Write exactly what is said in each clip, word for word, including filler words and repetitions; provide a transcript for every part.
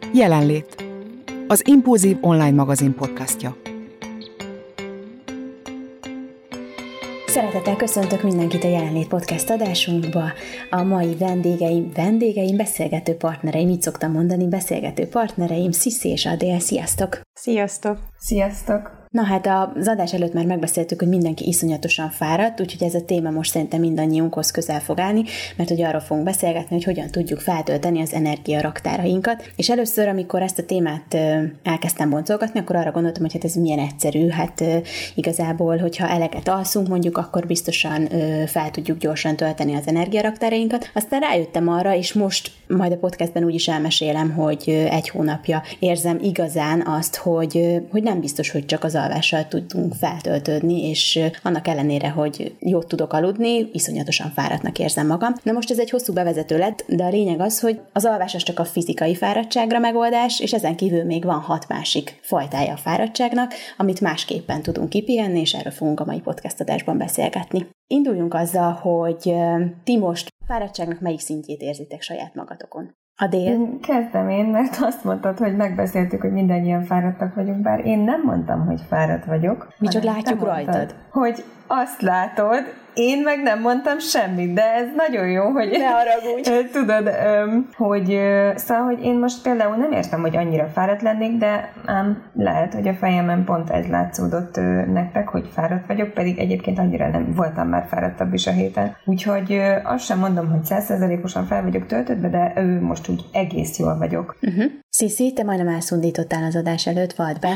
Jelenlét. Az Impulzív online magazin podcastja. Szeretettel köszöntök mindenkit a Jelenlét podcast adásunkba. A mai vendégeim, vendégeim, beszélgető partnereim, így szoktam mondani, beszélgető partnereim, Sziszi és Adél. Sziasztok! Sziasztok! Sziasztok! Na hát az adás előtt már megbeszéltük, hogy mindenki iszonyatosan fáradt, úgyhogy ez a téma most szerintem mindannyiunkhoz közel fog állni, mert ugye arról fogunk beszélgetni, hogy hogyan tudjuk feltölteni az energiaraktárainkat. És először, amikor ezt a témát elkezdtem boncolgatni, akkor arra gondoltam, hogy hát ez milyen egyszerű, hát igazából, hogyha eleget alszunk mondjuk, akkor biztosan fel tudjuk gyorsan tölteni az energiaraktárainkat. Aztán rájöttem arra, és most majd a podcastben úgy is elmesélem, hogy egy hónapja érzem igazán azt, hogy, hogy nem biztos, hogy csak az alvással tudunk feltöltődni, és annak ellenére, hogy jót tudok aludni, iszonyatosan fáradtnak érzem magam. Na most ez egy hosszú bevezető lett, de a lényeg az, hogy az alvás az csak a fizikai fáradtságra megoldás, és ezen kívül még van hat másik fajtája a fáradtságnak, amit másképpen tudunk kipihenni, és erről fogunk a mai podcast adásban beszélgetni. Induljunk azzal, hogy ti most a fáradtságnak melyik szintjét érzitek saját magatokon? Adél? Kezdem én, mert azt mondtad, hogy megbeszéltük, hogy mindannyian fáradtak vagyunk, bár én nem mondtam, hogy fáradt vagyok. Mi csak látjuk rajtad. Hogy azt látod, én meg nem mondtam semmit, de ez nagyon jó, hogy... Ne haragudj! Tudod, hogy szóval, hogy én most például nem értem, hogy annyira fáradt lennék, de ám lehet, hogy a fejemen pont ez látszódott nektek, hogy fáradt vagyok, pedig egyébként annyira nem voltam már fáradtabb is a héten. Úgyhogy azt sem mondom, hogy száz százalékosan fel vagyok töltődve, de ő most úgy egész jól vagyok. Uh-huh. Sziszi, te majdnem elszundítottál az adás előtt, vald be!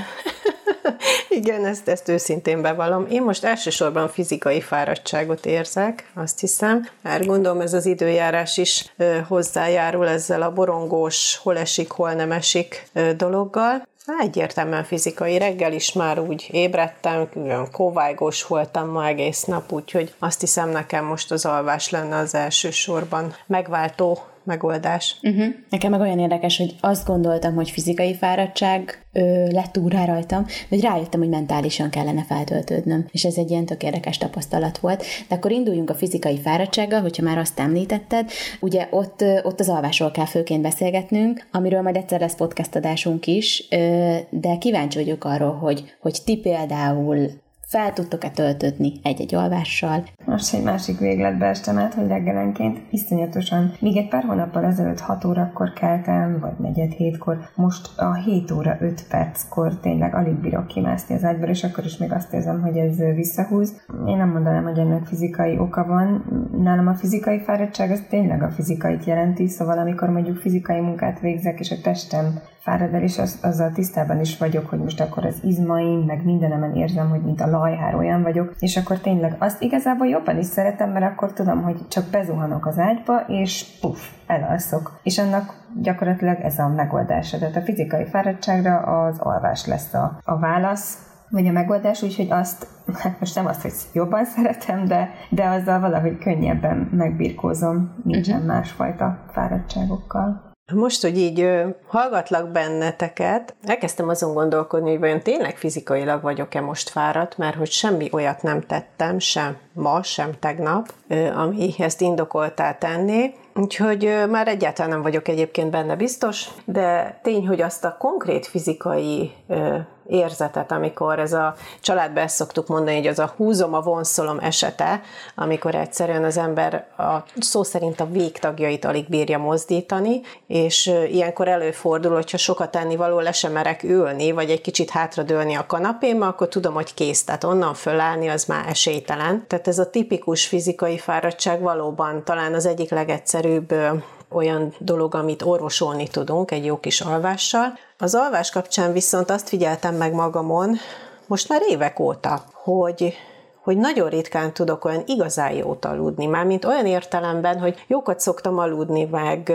Igen, ezt, ezt őszintén bevallom. Én most elsősorban fizikai fáradtságot érzek, azt hiszem. Már gondolom, ez az időjárás is ö, hozzájárul ezzel a borongós, hol esik, hol nem esik ö, dologgal. Egyértelműen fizikai. Reggel is már úgy ébredtem, olyan kóvájgós voltam ma egész nap, úgyhogy azt hiszem, nekem most az alvás lenne az elsősorban megváltó megoldás. Uh-huh. Nekem meg olyan érdekes, hogy azt gondoltam, hogy fizikai fáradtság ö, lett úrrá rajtam, vagy rájöttem, hogy mentálisan kellene feltöltődnöm. És ez egy ilyen tök érdekes tapasztalat volt. De akkor induljunk a fizikai fáradtsággal, hogyha már azt említetted. Ugye ott, ott az alvásról kell főként beszélgetnünk, amiről majd egyszer lesz podcast adásunk is, ö, de kíváncsi vagyok arról, hogy, hogy ti például fel tudtok-e töltődni egy-egy alvással? Most egy másik végletbe estem át, hogy reggelenként iszonyatosan, még egy pár hónappal ezelőtt hat órakor keltem, vagy negyed hétkor, most a hét óra öt perckor tényleg alig bírok kimászni az ágyból, és akkor is még azt érzem, hogy ez visszahúz. Én nem mondanám, hogy ennek fizikai oka van. Nálam a fizikai fáradtság az tényleg a fizikait jelenti, szóval amikor mondjuk fizikai munkát végzek, és a testem fárad el, és az, azzal tisztában is vagyok, hogy most akkor az izmaim, meg mindenemen érzem, hogy mint a lajhár olyan vagyok, és akkor tényleg azt igazából jobban is szeretem, mert akkor tudom, hogy csak bezuhanok az ágyba, és puff, elalszok. És annak gyakorlatilag ez a megoldása. Tehát a fizikai fáradtságra az alvás lesz a, a válasz, vagy a megoldás, úgyhogy azt, hát most nem azt, hogy jobban szeretem, de, de azzal valahogy könnyebben megbirkózom, nincsen uh-huh. másfajta fáradtságokkal. Most, hogy így ö, hallgatlak benneteket, elkezdtem azon gondolkodni, hogy vajon tényleg fizikailag vagyok-e most fáradt, mert hogy semmi olyat nem tettem, sem ma, sem tegnap, ö, ami ezt indokoltá tenni. Úgyhogy ö, már egyáltalán nem vagyok egyébként benne biztos, de tény, hogy azt a konkrét fizikai ö, érzetet, amikor ez a családban ezt szoktuk mondani, hogy az a húzom, a vonszolom esete, amikor egyszerűen az ember a szó szerint a végtagjait alig bírja mozdítani, és ilyenkor előfordul, hogyha sokat tennivaló, le sem merek ülni, vagy egy kicsit hátradőlni a kanapémmal, akkor tudom, hogy kész, tehát onnan fölállni az már esélytelen. Tehát ez a tipikus fizikai fáradtság valóban talán az egyik legegyszerűbb olyan dolog, amit orvosolni tudunk egy jó kis alvással. Az alvás kapcsán viszont azt figyeltem meg magamon, most már évek óta, hogy, hogy nagyon ritkán tudok olyan igazán jót aludni. Mármint olyan értelemben, hogy jókat szoktam aludni, meg,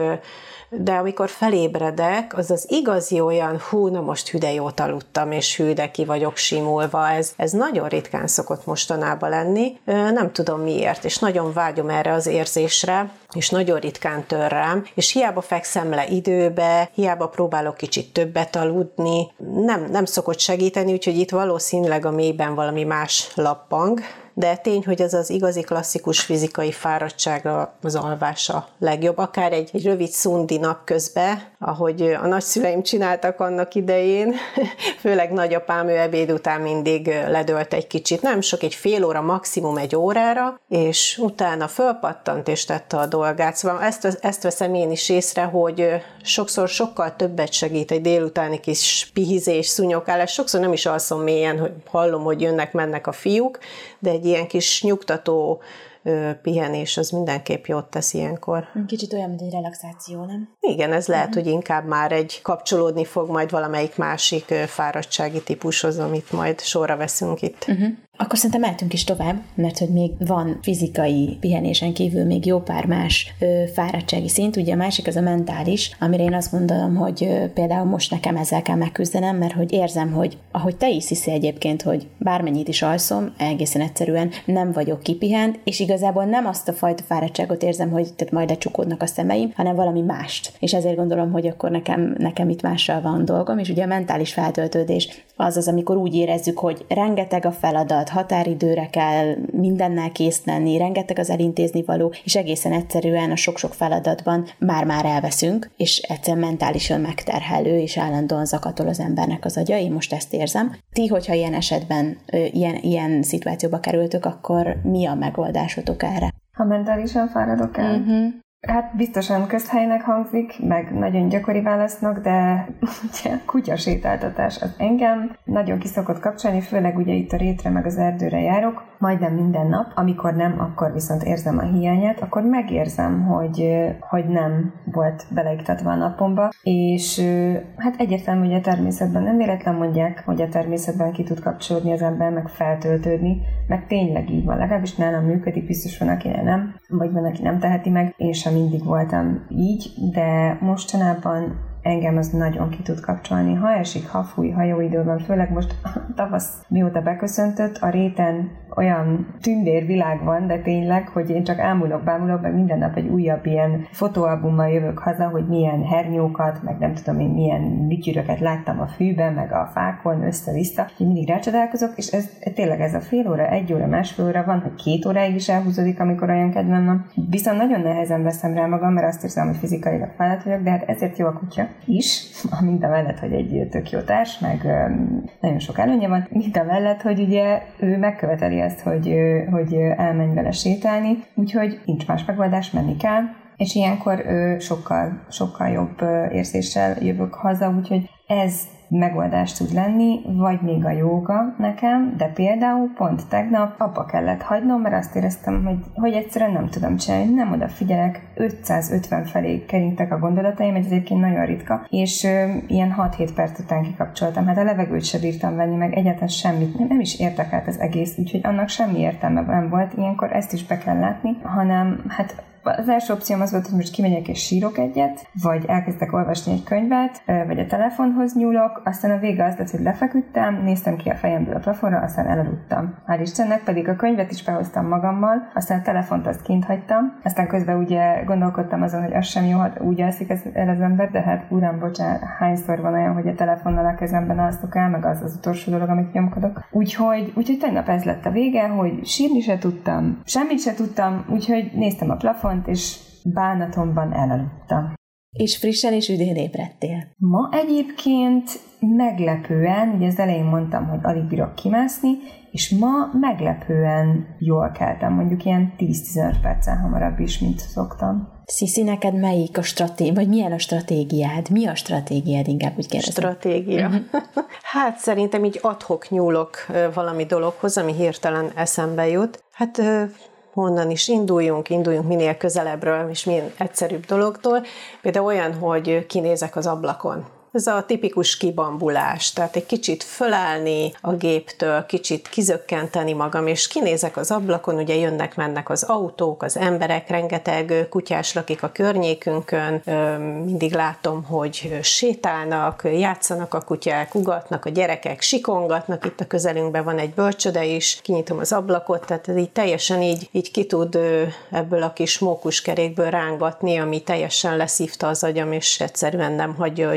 de amikor felébredek, az az igazi olyan, hú, na most hű, de jót aludtam, és hű, de ki vagyok simulva. Ez, ez nagyon ritkán szokott mostanában lenni. Nem tudom miért, és nagyon vágyom erre az érzésre, és nagyon ritkán tör rám, és hiába fekszem le időbe, hiába próbálok kicsit többet aludni, nem, nem szokott segíteni, úgyhogy itt valószínűleg a mélyben valami más lappang, de tény, hogy ez az igazi klasszikus fizikai fáradtságra az alvása legjobb. Akár egy, egy rövid szundi napközben, ahogy a nagyszüleim csináltak annak idején, főleg nagyapám, ő ebéd után mindig ledölt egy kicsit, nem sok, egy fél óra, maximum egy órára, és utána fölpattant és tette a dolgát. Szóval ezt, ezt veszem én is észre, hogy sokszor sokkal többet segít egy délutáni kis pihizés, szúnyogálás. Sokszor nem is alszom mélyen, hogy hallom, hogy jönnek, mennek a fiúk, de egy ilyen kis nyugtató pihenés, az mindenképp jót tesz ilyenkor. Kicsit olyan, mint egy relaxáció, nem? Igen, ez lehet, uh-huh. hogy inkább már egy kapcsolódni fog majd valamelyik másik fáradtsági típushoz, amit majd sorra veszünk itt. Uh-huh. Akkor szerintem mehetünk is tovább, mert hogy még van fizikai pihenésen kívül még jó pár más ö, fáradtsági szint. Ugye a másik az a mentális, amire én azt gondolom, hogy ö, például most nekem ezzel kell megküzdenem, mert hogy érzem, hogy ahogy te is hiszi egyébként, hogy bármennyit is alszom, egészen egyszerűen nem vagyok kipihent, és igazából nem azt a fajta fáradtságot érzem, hogy tehát majd lecsukódnak a szemeim, hanem valami mást. És ezért gondolom, hogy akkor nekem, nekem itt mással van dolgom, és ugye a mentális feltöltődés az az, amikor úgy érezzük, hogy rengeteg a feladat, határidőre kell mindennel kész lenni, rengeteg az elintézni való, és egészen egyszerűen a sok-sok feladatban már-már elveszünk, és egyszerűen mentálisan megterhelő, és állandóan zakatol az embernek az agya. Én most ezt érzem. Ti, hogyha ilyen esetben, ilyen, ilyen szituációba kerültök, akkor mi a megoldásotok erre? Ha mentálisan fáradok el? Uh-huh. Hát biztosan közhelynek hangzik, meg nagyon gyakori válasznak, de ugye kutyasétáltatás az engem nagyon ki szokott kapcsolni, főleg ugye itt a rétre meg az erdőre járok, majdnem minden nap, amikor nem, akkor viszont érzem a hiányát, akkor megérzem, hogy, hogy nem volt beleiktatva a napomba, és hát egyértelmű, hogy a természetben nem véletlen mondják, hogy a természetben ki tud kapcsolódni az ember, meg feltöltődni, meg tényleg így van, legalábbis nálam működik, biztos van, akinek nem, vagy van, aki nem teheti meg, én sem mindig voltam így, de mostanában engem az nagyon ki tud kapcsolni. Ha esik, ha fúj, ha jó idő van, főleg most tavasz mióta beköszöntött, a réten olyan tündér világ van, de tényleg, hogy én csak ámulok, bámulok, meg minden nap egy újabb ilyen fotóalbummal jövök haza, hogy milyen hernyókat, meg nem tudom én milyen vityüröket láttam a fűben, meg a fákon, össze-vissza, hogy mindig rácsodálkozok, és ez tényleg ez a fél óra, egy óra, másfél óra van, hogy két óráig is elhúzódik, amikor olyan kedvem van. Viszont nagyon nehezen veszem rá magam, mert azt érzem, hogy fizikailag fáradt vagyok, de hát ezért jó a kutya is, mint amellett, hogy egy tök jó társ, meg nagyon sok előnye van, mint amellett, hogy ugye ő megköveteli ezt, hogy, hogy elmenj vele sétálni, úgyhogy nincs más megoldás, menni kell, és ilyenkor sokkal, sokkal jobb érzéssel jövök haza, úgyhogy ez megoldás tud lenni, vagy még a jóga nekem, de például pont tegnap abba kellett hagynom, mert azt éreztem, hogy, hogy egyszerűen nem tudom csinálni, nem odafigyelek, ötszázötven felé keringtek a gondolataim, ez egyébként nagyon ritka, és ö, ilyen hat-hét perc után kikapcsoltam, hát a levegőt sem bírtam venni, meg egyáltalán semmit, nem, nem is érdekelt az egész, úgyhogy annak semmi értelme nem volt, ilyenkor ezt is be kell látni, hanem hát az első opcióm az volt, hogy most kimegyek és sírok egyet, vagy elkezdek olvasni egy könyvet, vagy a telefonhoz nyúlok, aztán a vége az lett, hogy lefeküdtem, néztem ki a fejemből a plafonra, aztán elaludtam. Hál' Istennek pedig a könyvet is behoztam magammal, aztán a telefont azt kint hagytam, aztán közben ugye gondolkodtam azon, hogy az sem jó, hát úgy alszik ez, el az ember, de hát uram, bocsánat, hányszor van olyan, hogy a telefonnal a kezemben alszok el, meg az az utolsó dolog, amit nyomkodok. Úgyhogy, úgyhogy tegnap ez lett a vége, hogy sírni se tudtam, semmit se tudtam, úgyhogy néztem a plafont, és bánatomban elaludtam. És frissen és üdén ébredtél. Ma egyébként meglepően, ugye az elején mondtam, hogy alig bírok kimászni, és ma meglepően jól keltem, mondjuk ilyen tíz-tizenöt perccel hamarabb is, mint szoktam. Sziszi, neked melyik a stratégia, vagy milyen a stratégiád? Mi a stratégiád, inkább úgy kérdezem? Stratégia. Uh-huh. Hát szerintem így ad-hoc nyúlok valami dologhoz, ami hirtelen eszembe jut. Hát honnan is induljunk, induljunk minél közelebbről, és milyen egyszerűbb dologtól. Például olyan, hogy kinézek az ablakon. Ez a tipikus kibambulás, tehát egy kicsit fölállni a géptől, kicsit kizökkenteni magam, és kinézek az ablakon, ugye jönnek-mennek az autók, az emberek, rengeteg kutyás lakik a környékünkön, mindig látom, hogy sétálnak, játszanak a kutyák, ugatnak, a gyerekek sikongatnak, itt a közelünkben van egy bölcsöde is, kinyitom az ablakot, tehát ez így teljesen így, így ki tud ebből a kis mókuskerékből rángatni, ami teljesen leszívta az agyam, és egyszerűen nem hagyja, hogy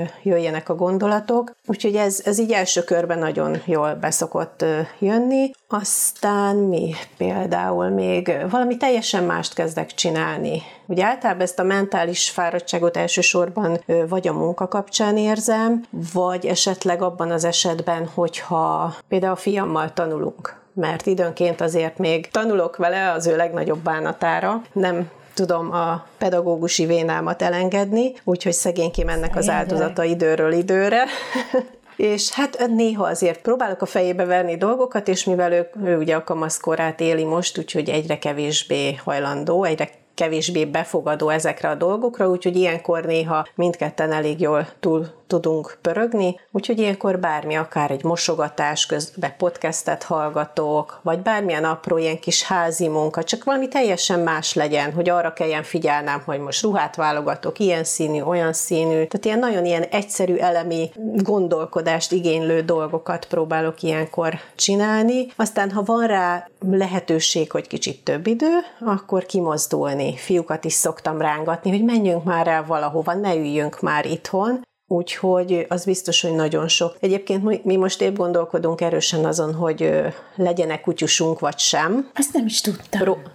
jöjjenek a gondolatok. Úgyhogy ez, ez így első körben nagyon jól beszokott jönni. Aztán mi például még valami teljesen mást kezdek csinálni. Ugye általában ezt a mentális fáradtságot elsősorban vagy a munka kapcsán érzem, vagy esetleg abban az esetben, hogyha például a fiammal tanulunk. Mert időnként azért még tanulok vele az ő legnagyobb bánatára, nem tudom a pedagógusi vénámat elengedni, úgyhogy szegénykém ennek az áldozata időről időre. És hát néha azért próbálok a fejébe verni dolgokat, és mivel ő, ő ugye a kamaszkorát éli most, úgyhogy egyre kevésbé hajlandó, egyre kevésbé befogadó ezekre a dolgokra, úgyhogy ilyenkor néha mindketten elég jól túl tudunk pörögni, úgyhogy ilyenkor bármi, akár egy mosogatás közben podcastet hallgatok, vagy bármilyen apró ilyen kis házi munka, csak valami teljesen más legyen, hogy arra kelljen figyelnem, hogy most ruhát válogatok, ilyen színű, olyan színű, tehát ilyen nagyon ilyen egyszerű elemi gondolkodást igénylő dolgokat próbálok ilyenkor csinálni. Aztán, ha van rá lehetőség, hogy kicsit több idő, akkor kimozdulni. Fiúkat is szoktam rángatni, hogy menjünk már el valahova, ne üljünk már itthon. Úgyhogy az biztos, hogy nagyon sok. Egyébként mi most épp gondolkodunk erősen azon, hogy legyen-e kutyusunk, vagy sem. Azt nem is tudtam. Ro-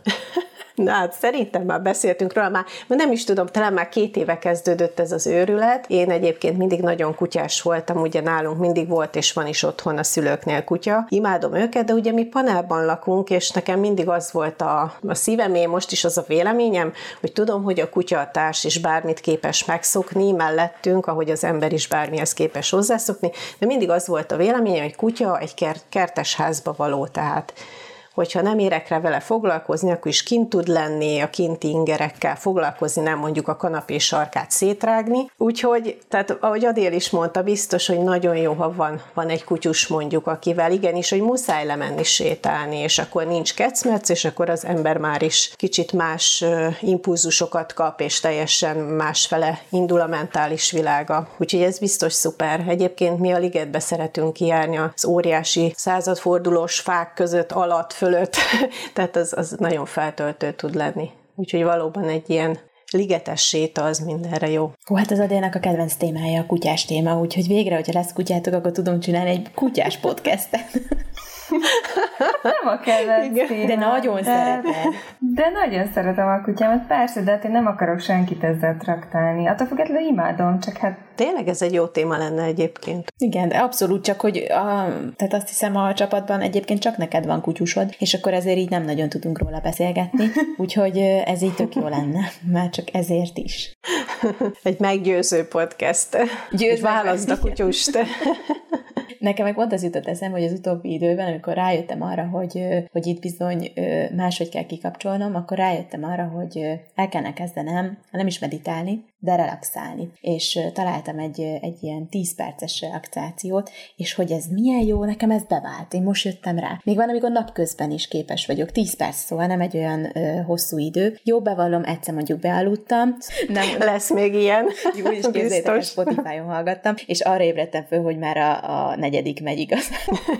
Na hát szerintem már beszéltünk róla, már nem is tudom, talán már két éve kezdődött ez az őrület. Én egyébként mindig nagyon kutyás voltam, ugye nálunk mindig volt és van is otthon a szülőknél kutya. Imádom őket, de ugye mi panelban lakunk, és nekem mindig az volt a, a szívemé, most is az a véleményem, hogy tudom, hogy a kutya a társ, és bármit képes megszokni mellettünk, ahogy az ember is bármihez képes hozzászokni, de mindig az volt a véleményem, hogy kutya egy kertes házba való, tehát hogyha nem érek rá vele foglalkozni, akkor is kint tud lenni, a kinti ingerekkel foglalkozni, nem mondjuk a kanapés sarkát szétrágni. Úgyhogy, tehát ahogy Adél is mondta, biztos, hogy nagyon jó, ha van, van egy kutyus mondjuk, akivel igenis, hogy muszáj lemenni sétálni, és akkor nincs kecmec, és akkor az ember már is kicsit más impulzusokat kap, és teljesen másfele indul a mentális világa. Úgyhogy ez biztos szuper. Egyébként mi a ligetbe szeretünk kijárni az óriási századfordulós fák között, alatt, fölött, tehát az, az nagyon feltöltő tud lenni. Úgyhogy valóban egy ilyen ligetes séta az mindenre jó. Ó, hát az Adélnak a kedvenc témája a kutyás téma, úgyhogy végre, hogyha lesz kutyátok, akkor tudunk csinálni egy kutyás podcastet. Nem a kedvenc téma. De nagyon de, szereted. De nagyon szeretem a kutyámat, persze, de hát én nem akarok senkit ezzel traktálni. Attól függetlenül imádom, csak hát... Tényleg ez egy jó téma lenne egyébként. Igen, de abszolút, csak hogy a, tehát azt hiszem a csapatban egyébként csak neked van kutyusod, és akkor ezért így nem nagyon tudunk róla beszélgetni, úgyhogy ez így tök jó lenne, már csak ezért is. Egy meggyőző podcast. Győző válaszd a kutyust. Nekem meg pont az jutott eszem, hogy az utóbbi időben, amikor rájöttem arra, hogy, hogy itt bizony máshogy kell kikapcsolnom, akkor rájöttem arra, hogy el kellene kezdenem, nem is meditálni, de relaxálni. És találtam egy, egy ilyen tíz perces relaxációt, és hogy ez milyen jó, nekem ez bevált. Én most jöttem rá. Még van, amikor napközben is képes vagyok. tíz perc, szóval nem egy olyan ö, hosszú idő. Jó, bevallom, egyszer mondjuk bealudtam. Nem, lesz még ilyen. Jó, és képzeljétek, hogy Spotify-on hallgattam, és arra ébredtem föl, hogy már a, a negyedik megy igazán.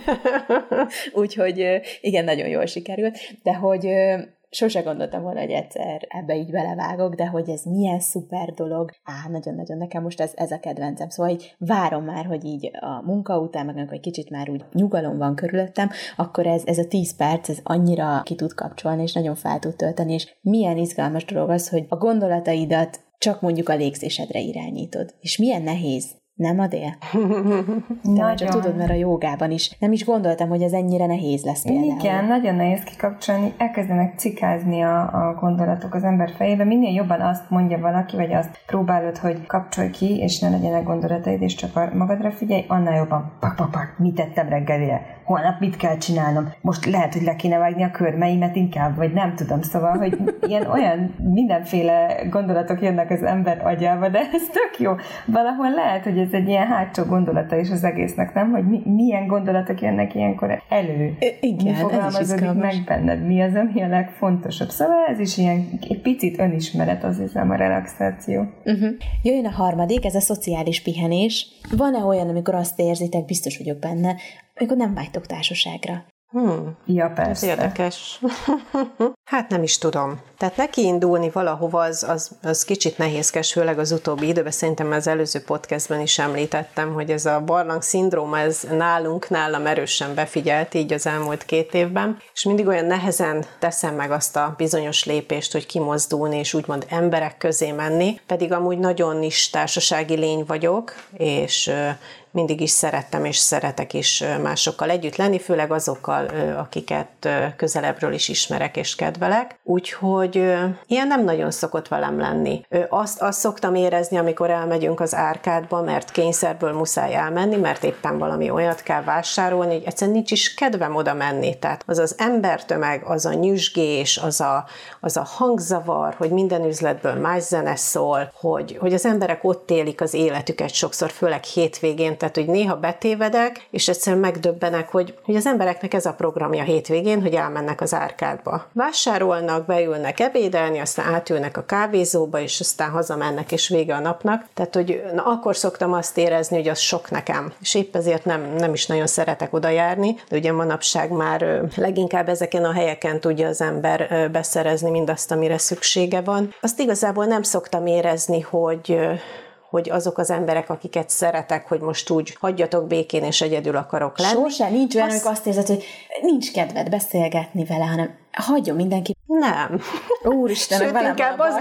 Úgyhogy igen, nagyon jól sikerült, de hogy sose gondoltam volna, hogy egyszer ebbe így belevágok, de hogy ez milyen szuper dolog. Á, nagyon-nagyon nekem most ez, ez a kedvencem. Szóval így várom már, hogy így a munka után, meg amikor egy kicsit már úgy nyugalom van körülöttem, akkor ez, ez a tíz perc, ez annyira ki tud kapcsolni, és nagyon fel tud tölteni, és milyen izgalmas dolog az, hogy a gondolataidat csak mondjuk a légzésedre irányítod. És milyen nehéz. Nem, Adél? De csak tudod, mert a jogában is. Nem is gondoltam, hogy ez ennyire nehéz lesz például. Igen, nagyon nehéz kikapcsolni. Elkezdenek cikázni a, a gondolatok az ember fejébe. Minél jobban azt mondja valaki, vagy azt próbálod, hogy kapcsolj ki, és ne legyenek gondolataid, és csak magadra figyelj, annál jobban pak, pak, pak, mit tettem reggelire? Holnap mit kell csinálnom? Most lehet, hogy le kéne vágni a körmeimet inkább, vagy nem tudom. Szóval, hogy ilyen olyan mindenféle gondolatok jönnek az ember agyába, de ez tök jó. Valahol lehet, hogy ez egy ilyen hátsó gondolata is az egésznek, nem? Hogy mi, milyen gondolatok jönnek ilyenkor elő. Igen, mi fogalmazódik meg benned? Mi az, ami a legfontosabb? Szóval ez is ilyen egy picit önismeret, az hiszem, a relaxáció. Uh-huh. Jöjjön a harmadik, ez a szociális pihenés. Van-e olyan, amikor azt érzitek, biztos vagyok benne, amikor nem vágytok társaságra? Hmm. Ja, persze. Ez érdekes. Hát nem is tudom. Tehát nekiindulni valahova az, az, az kicsit nehézkes, főleg az utóbbi időben. Szerintem az előző podcastben is említettem, hogy ez a barlang szindróma, ez nálunk, nálam erősen befigyelt így az elmúlt két évben, és mindig olyan nehezen teszem meg azt a bizonyos lépést, hogy kimozdulni, és úgymond emberek közé menni, pedig amúgy nagyon is társasági lény vagyok, és mindig is szerettem és szeretek is másokkal együtt lenni, főleg azokkal, akiket közelebbről is ismerek és kedvelek. Úgyhogy ilyen nem nagyon szokott velem lenni. Azt, azt szoktam érezni, amikor elmegyünk az árkádba, mert kényszerből muszáj elmenni, mert éppen valami olyat kell vásárolni, hogy egyszerűen nincs is kedvem oda menni. Tehát az az embertömeg, az a nyüzsgés, az a, az a hangzavar, hogy minden üzletből más zene szól, hogy, hogy az emberek ott élik az életüket sokszor, főleg hétvégén, tehát, hogy néha betévedek, és egyszerűen megdöbbenek, hogy, hogy az embereknek ez a programja hétvégén, hogy elmennek az árkádba. Vásárolnak, beülnek ebédelni, aztán átülnek a kávézóba, és aztán hazamennek, és vége a napnak. Tehát, hogy na, akkor szoktam azt érezni, hogy az sok nekem. És épp ezért nem, nem is nagyon szeretek oda járni, de ugye manapság már leginkább ezeken a helyeken tudja az ember beszerezni mindazt, amire szüksége van. Azt igazából nem szoktam érezni, hogy hogy azok az emberek, akiket szeretek, hogy most úgy hagyjatok békén, és egyedül akarok lenni. Sosem nincs olyan, amikor azt érzed, hogy nincs kedved beszélgetni vele, hanem hagyjon mindenki. Nem. Úristen, Sőt, velem inkább az,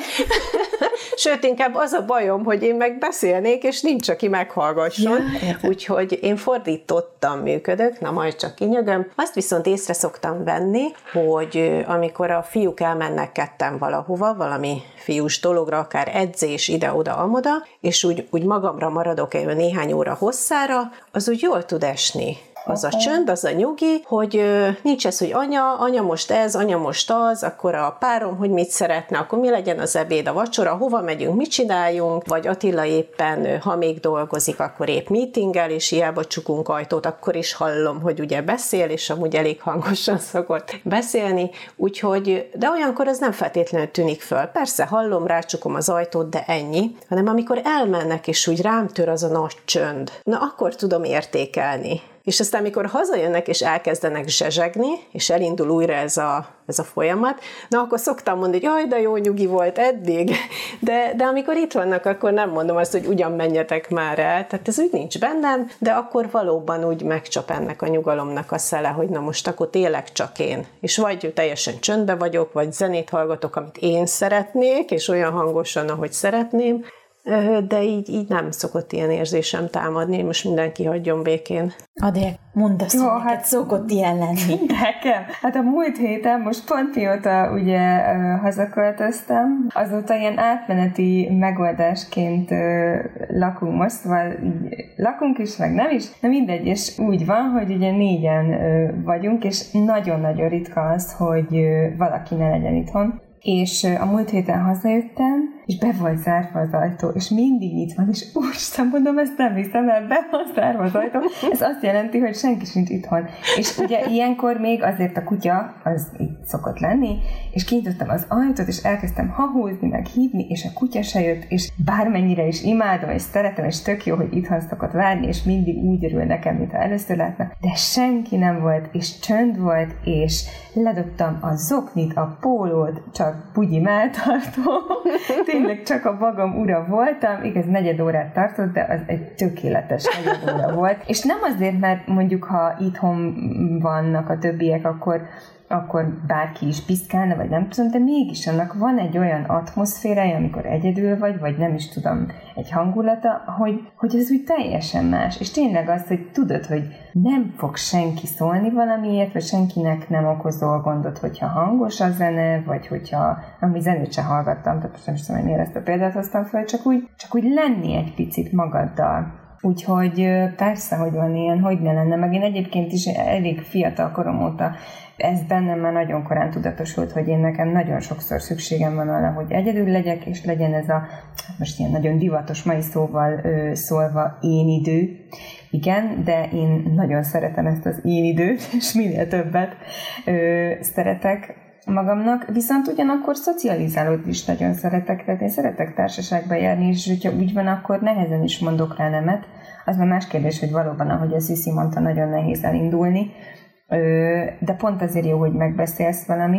Sőt, inkább az a bajom, hogy én meg beszélnék, és nincs, aki meghallgasson. Ja, úgyhogy én fordítottan működök, na majd csak kinyögöm. Azt viszont észre szoktam venni, hogy amikor a fiúk elmennek ketten valahova, valami fiús dologra, akár edzés ide-oda, amoda, és úgy, úgy magamra maradok egy néhány óra hosszára, az úgy jól tud esni. Az a csönd, az a nyugi, hogy nincs ez, hogy anya, anya most ez, anya most az, akkor a párom, hogy mit szeretne, akkor mi legyen az ebéd, a vacsora, hova megyünk, mit csináljunk, vagy Attila éppen, ha még dolgozik, akkor épp meetingel, és hiába csukunk ajtót, akkor is hallom, hogy ugye beszél, és amúgy elég hangosan szokott beszélni, úgyhogy, de olyankor az nem feltétlenül tűnik föl. Persze hallom, rácsukom az ajtót, de ennyi, hanem amikor elmennek, és úgy rám tör az a nagy csönd, na akkor tudom értékelni. És aztán, amikor hazajönnek és elkezdenek zsezsegni, és elindul újra ez a, ez a folyamat, na akkor szoktam mondani, hogy jaj, de jó nyugi volt eddig, de, de amikor itt vannak, akkor nem mondom azt, hogy ugyan menjetek már el, tehát ez úgy nincs bennem, de akkor valóban úgy megcsap ennek a nyugalomnak a szele, hogy na most akkor tényleg csak én. És vagy teljesen csöndbe vagyok, vagy zenét hallgatok, amit én szeretnék, és olyan hangosan, ahogy szeretném, de így, így nem szokott ilyen érzésem támadni, most mindenki hagyjon békén. Adél, mondd azt, hogy hát szokott ilyen lenni. Nekem. Hát a múlt héten, most pont mióta ugye hazaköltöztem, azóta ilyen átmeneti megoldásként lakunk most, szóval így lakunk is, meg nem is, de mindegy, és úgy van, hogy ugye négyen vagyunk, és nagyon-nagyon ritka az, hogy valaki ne legyen itthon. És a múlt héten hazajöttem, és be volt zárva az ajtó, és mindig itt van, és úristen, mondom, ezt nem hiszem el, be van zárva az ajtó. Ez azt jelenti, hogy senki sincs itthon. És ugye ilyenkor még azért a kutya, az itt szokott lenni, és kinyitottam az ajtót, és elkezdtem hahúzni, meg hívni, és a kutya se jött, és bármennyire is imádom, és szeretem, és tök jó, hogy itthon szokott várni, és mindig úgy örül nekem, mintha először látna, de senki nem volt, és csönd volt, és ledobtam a zoknit, a pólót, csak bugyi melltartó. Tényleg csak a magam ura voltam, igaz, negyed órát tartott, de az egy tökéletes negyed óra volt. És nem azért, mert mondjuk, ha itthon vannak a többiek, akkor akkor bárki is piszkálna, vagy nem tudom, de mégis annak van egy olyan atmoszférája, amikor egyedül vagy, vagy nem is tudom, egy hangulata, hogy, hogy ez úgy teljesen más. És tényleg az, hogy tudod, hogy nem fog senki szólni valamiért, vagy senkinek nem okozol gondot, hogyha hangos a zene, vagy hogyha, ami zenét se hallgattam, tehát most nem is tudom, hogy miért ezt a példát hoztam fel, csak úgy, csak úgy lenni egy picit magaddal. Úgyhogy persze, hogy van ilyen, hogy ne lenne, meg én egyébként is elég fiatal korom óta ez bennem már nagyon korán tudatosult, hogy én nekem nagyon sokszor szükségem van arra, hogy egyedül legyek, és legyen ez a, most ilyen nagyon divatos mai szóval ö, szólva, én idő. Igen, de én nagyon szeretem ezt az én időt, és minél többet ö, szeretek magamnak, viszont ugyanakkor szocializálódni is nagyon szeretek, tehát én szeretek társaságba járni, és hogyha úgy van, akkor nehezen is mondok rá nemet. Az már más kérdés, hogy valóban, ahogy a Sziszi mondta, nagyon nehéz elindulni, de pont azért jó, hogy megbeszélsz valamit,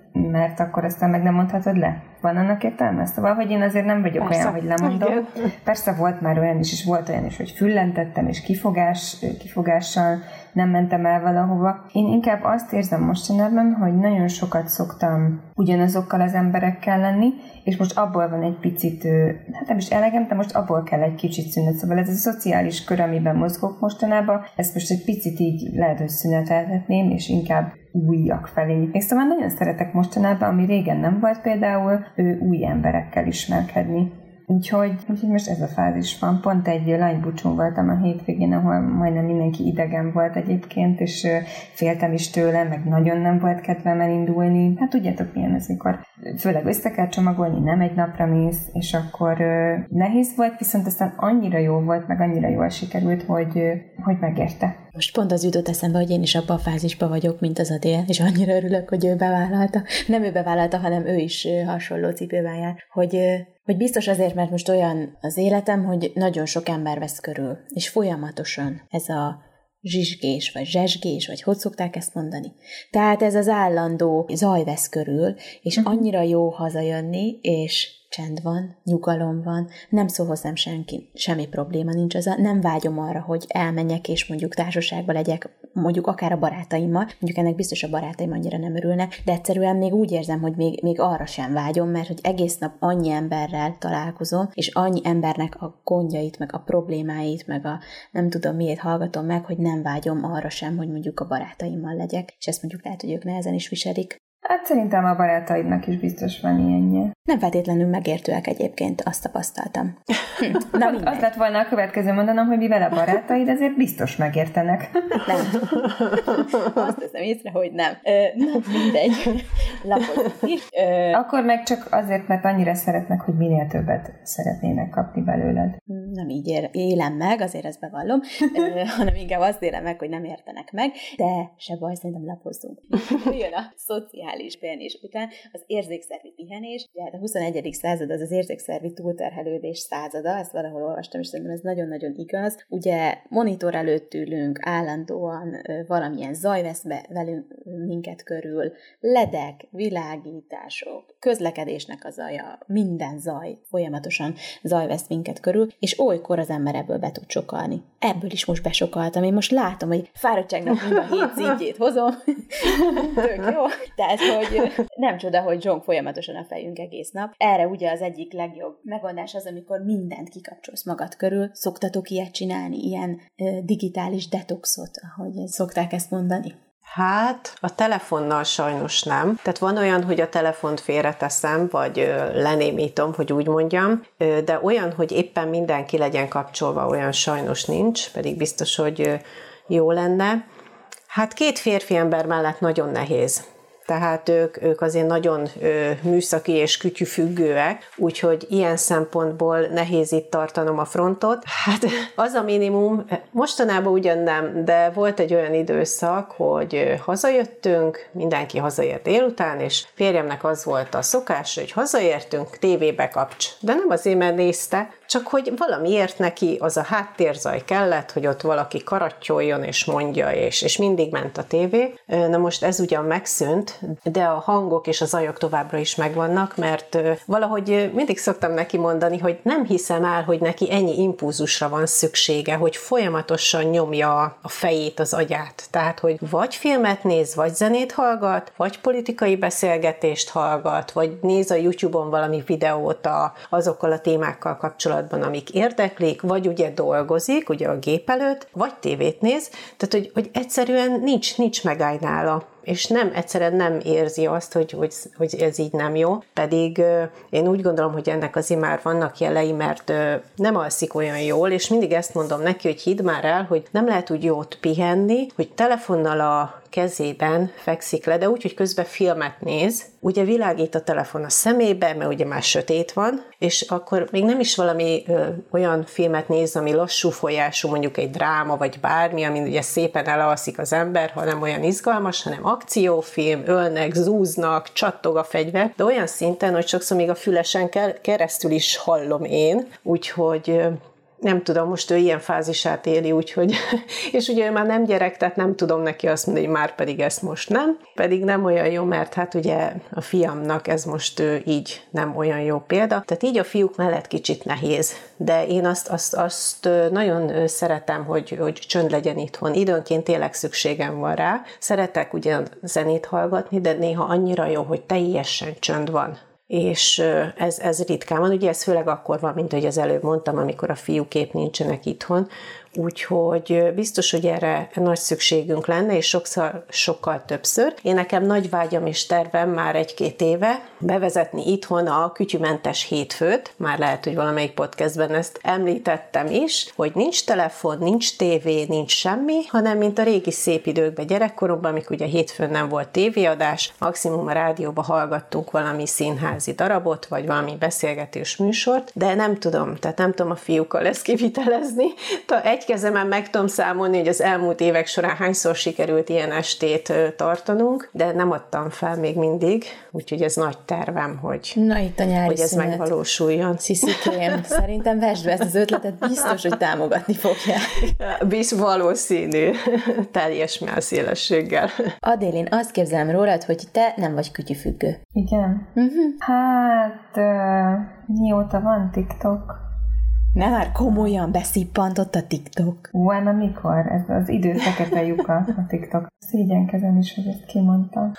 mert akkor aztán meg nem mondhatod le. Van annak értelme? Szóval, hogy én azért nem vagyok Persze. olyan, hogy lemondom. Igen. Persze volt már olyan is, és volt olyan is, hogy füllentettem, és kifogás, kifogással nem mentem el valahova. Én inkább azt érzem mostanában, hogy nagyon sokat szoktam ugyanazokkal az emberekkel lenni, és most abból van egy picit, hát nem is elegem, de most abból kell egy kicsit szünet. Szóval ez a szociális kör, amiben mozgok mostanában, ezt most egy picit így lehet, hogy szünetelhetném, és inkább újak felé nyitni. Szóval nagyon szeretek mostanában, ami régen nem volt például, ő új emberekkel ismerkedni. Úgyhogy, úgyhogy most ez a fázis van. Pont egy lánybúcsún voltam a hétvégén, ahol majdnem mindenki idegen volt egyébként, és féltem is tőle, meg nagyon nem volt kedvem elindulni. Hát tudjátok milyen ez, mikor főleg össze kell csomagolni, nem egy napra mész, és akkor nehéz volt, viszont aztán annyira jó volt, meg annyira jól sikerült, hogy, hogy megérte. Most pont az jutott eszembe, hogy én is abban a fázisban vagyok, mint az Adél, és annyira örülök, hogy ő bevállalta. Nem ő bevállalta, hanem ő is hasonló cipőben jár, hogy, hogy biztos azért, mert most olyan az életem, hogy nagyon sok ember vesz körül, és folyamatosan ez a zsizsgés, vagy zsesgés, vagy hogy szokták ezt mondani. Tehát ez az állandó zaj vesz körül, és annyira jó hazajönni, és csend van, nyugalom van, nem szól hozzám senki, semmi probléma nincs, az a, nem vágyom arra, hogy elmenjek, és mondjuk társaságba legyek, mondjuk akár a barátaimmal, mondjuk ennek biztos a barátaim annyira nem örülnek, de egyszerűen még úgy érzem, hogy még, még arra sem vágyom, mert hogy egész nap annyi emberrel találkozom, és annyi embernek a gondjait, meg a problémáit, meg a nem tudom miért hallgatom meg, hogy nem vágyom arra sem, hogy mondjuk a barátaimmal legyek, és ezt mondjuk lehet, hogy ők nehezen is viselik. Hát szerintem a barátaidnak is biztos van ilyenje. Nem feltétlenül megértőek egyébként, azt tapasztaltam. Hm. Na az, az lett volna a következő mondanom, hogy mivel a barátaid, ezért biztos megértenek. Nem. Azt teszem észre, hogy nem. Ö, na, mindegy. Lapozunk is. Ö, Akkor meg csak azért, mert annyira szeretnek, hogy minél többet szeretnének kapni belőled. Nem így ér, élem meg, azért ezt bevallom, Ö, hanem inkább azt élem meg, hogy nem értenek meg, de se baj, szerintem lapozzunk. Jön a szociális pihenés után az érzékszervi pihenés. Ugye a huszonegyedik század az az érzékszervi túlterhelődés százada, ezt valahol olvastam, és szerintem ez nagyon-nagyon igaz. Ugye monitor előtt ülünk, állandóan ö, valamilyen zaj vesz be velünk minket körül, ledek, világítások, közlekedésnek a zaja, minden zaj, folyamatosan zaj vesz minket körül, és olykor az ember ebből be tud sokalni. Ebből is most besokaltam. Én most látom, hogy fáradtságnak mind a hét szintjét hozom. Tök jó. Tehát, hogy nem csoda, hogy zsong folyamatosan a fejünk egész nap. Erre ugye az egyik legjobb megoldás az, amikor mindent kikapcsolsz magad körül. Szoktatok ilyet csinálni, ilyen ö, digitális detoxot, ahogy szokták ezt mondani? Hát, a telefonnal sajnos nem. Tehát van olyan, hogy a telefont félreteszem, vagy ö, lenémítom, hogy úgy mondjam, ö, de olyan, hogy éppen mindenki legyen kapcsolva, olyan sajnos nincs, pedig biztos, hogy ö, jó lenne. Hát két férfi ember mellett nagyon nehéz. Tehát ők, ők azért nagyon ö, műszaki és kütyüfüggőek, úgyhogy ilyen szempontból nehéz itt tartanom a frontot. Hát az a minimum, mostanában ugyan nem, de volt egy olyan időszak, hogy hazajöttünk, mindenki hazaért délután, és férjemnek az volt a szokás, hogy hazaértünk, tévébe kapcs. De nem azért, mert nézte, csak hogy valamiért neki az a háttérzaj kellett, hogy ott valaki karattyoljon és mondja, és, és mindig ment a tévé. Na most ez ugyan megszűnt, de a hangok és a zajok továbbra is megvannak, mert valahogy mindig szoktam neki mondani, hogy nem hiszem el, hogy neki ennyi impulzusra van szüksége, hogy folyamatosan nyomja a fejét, az agyát. Tehát, hogy vagy filmet néz, vagy zenét hallgat, vagy politikai beszélgetést hallgat, vagy néz a YouTube-on valami videót a, azokkal a témákkal kapcsolatban, amik érdeklik, vagy ugye dolgozik, ugye a gép előtt, vagy tévét néz, tehát, hogy, hogy egyszerűen nincs, nincs megáll nála. És nem, egyszerűen nem érzi azt, hogy, hogy, hogy ez így nem jó. Pedig euh, én úgy gondolom, hogy ennek azért már vannak jelei, mert euh, nem alszik olyan jól, és mindig ezt mondom neki, hogy hidd már el, hogy nem lehet úgy jót pihenni, hogy telefonnal a kezében fekszik le, de úgy, hogy közben filmet néz, ugye világít a telefon a szemébe, mert ugye már sötét van, és akkor még nem is valami ö, olyan filmet néz, ami lassú folyású, mondjuk egy dráma, vagy bármi, amin ugye szépen elalszik az ember, hanem olyan izgalmas, hanem akciófilm, ölnek, zúznak, csattog a fegyver, de olyan szinten, hogy sokszor még a fülesen keresztül is hallom én, úgyhogy nem tudom, most ő ilyen fázisát éli, úgyhogy, és ugye ő már nem gyerek, tehát nem tudom neki azt mondani, hogy már pedig ezt most nem, pedig nem olyan jó, mert hát ugye a fiamnak ez most így nem olyan jó példa, tehát így a fiúk mellett kicsit nehéz, de én azt, azt, azt nagyon szeretem, hogy, hogy csönd legyen itthon, időnként tényleg szükségem van rá, szeretek ugyan zenét hallgatni, de néha annyira jó, hogy teljesen csönd van. És ez, ez ritkán van, ugye ez főleg akkor van, mint ahogy az előbb mondtam, amikor a fiúk épp nincsenek itthon, úgyhogy biztos, hogy erre nagy szükségünk lenne, és sokszor, sokkal többször. Én nekem nagy vágyam és tervem már egy-két éve bevezetni itthon a kütyümentes hétfőt, már lehet, hogy valamelyik podcastben ezt említettem is, hogy nincs telefon, nincs tévé, nincs semmi, hanem mint a régi szép időkben, gyerekkoromban, amikor ugye hétfőn nem volt tévéadás, maximum a rádióba hallgattunk valami színházi darabot, vagy valami beszélgetés műsort, de nem tudom, tehát nem tudom a fiúkkal ezt kivitelezni. Egy kezemen meg tudom számolni, hogy az elmúlt évek során hányszor sikerült ilyen estét tartanunk, de nem adtam fel még mindig, úgyhogy ez nagy tervem, hogy, Na, itt a nyári hogy ez szünet. megvalósuljon. Sziszikém, szerintem vesd be ezt az ötletet, biztos, hogy támogatni fogják. Bizt valószínű, teljes melszélességgel. Adél, én azt képzelem rólad, hogy te nem vagy kütyüfüggő. Igen? Uh-huh. Hát, uh, mióta van TikTok? Nem már komolyan beszippantott a TikTok. Ú, na mikor? Ez az idő fekete lyuka a TikTok. Szégyenkezem is, hogy ezt kimondtam.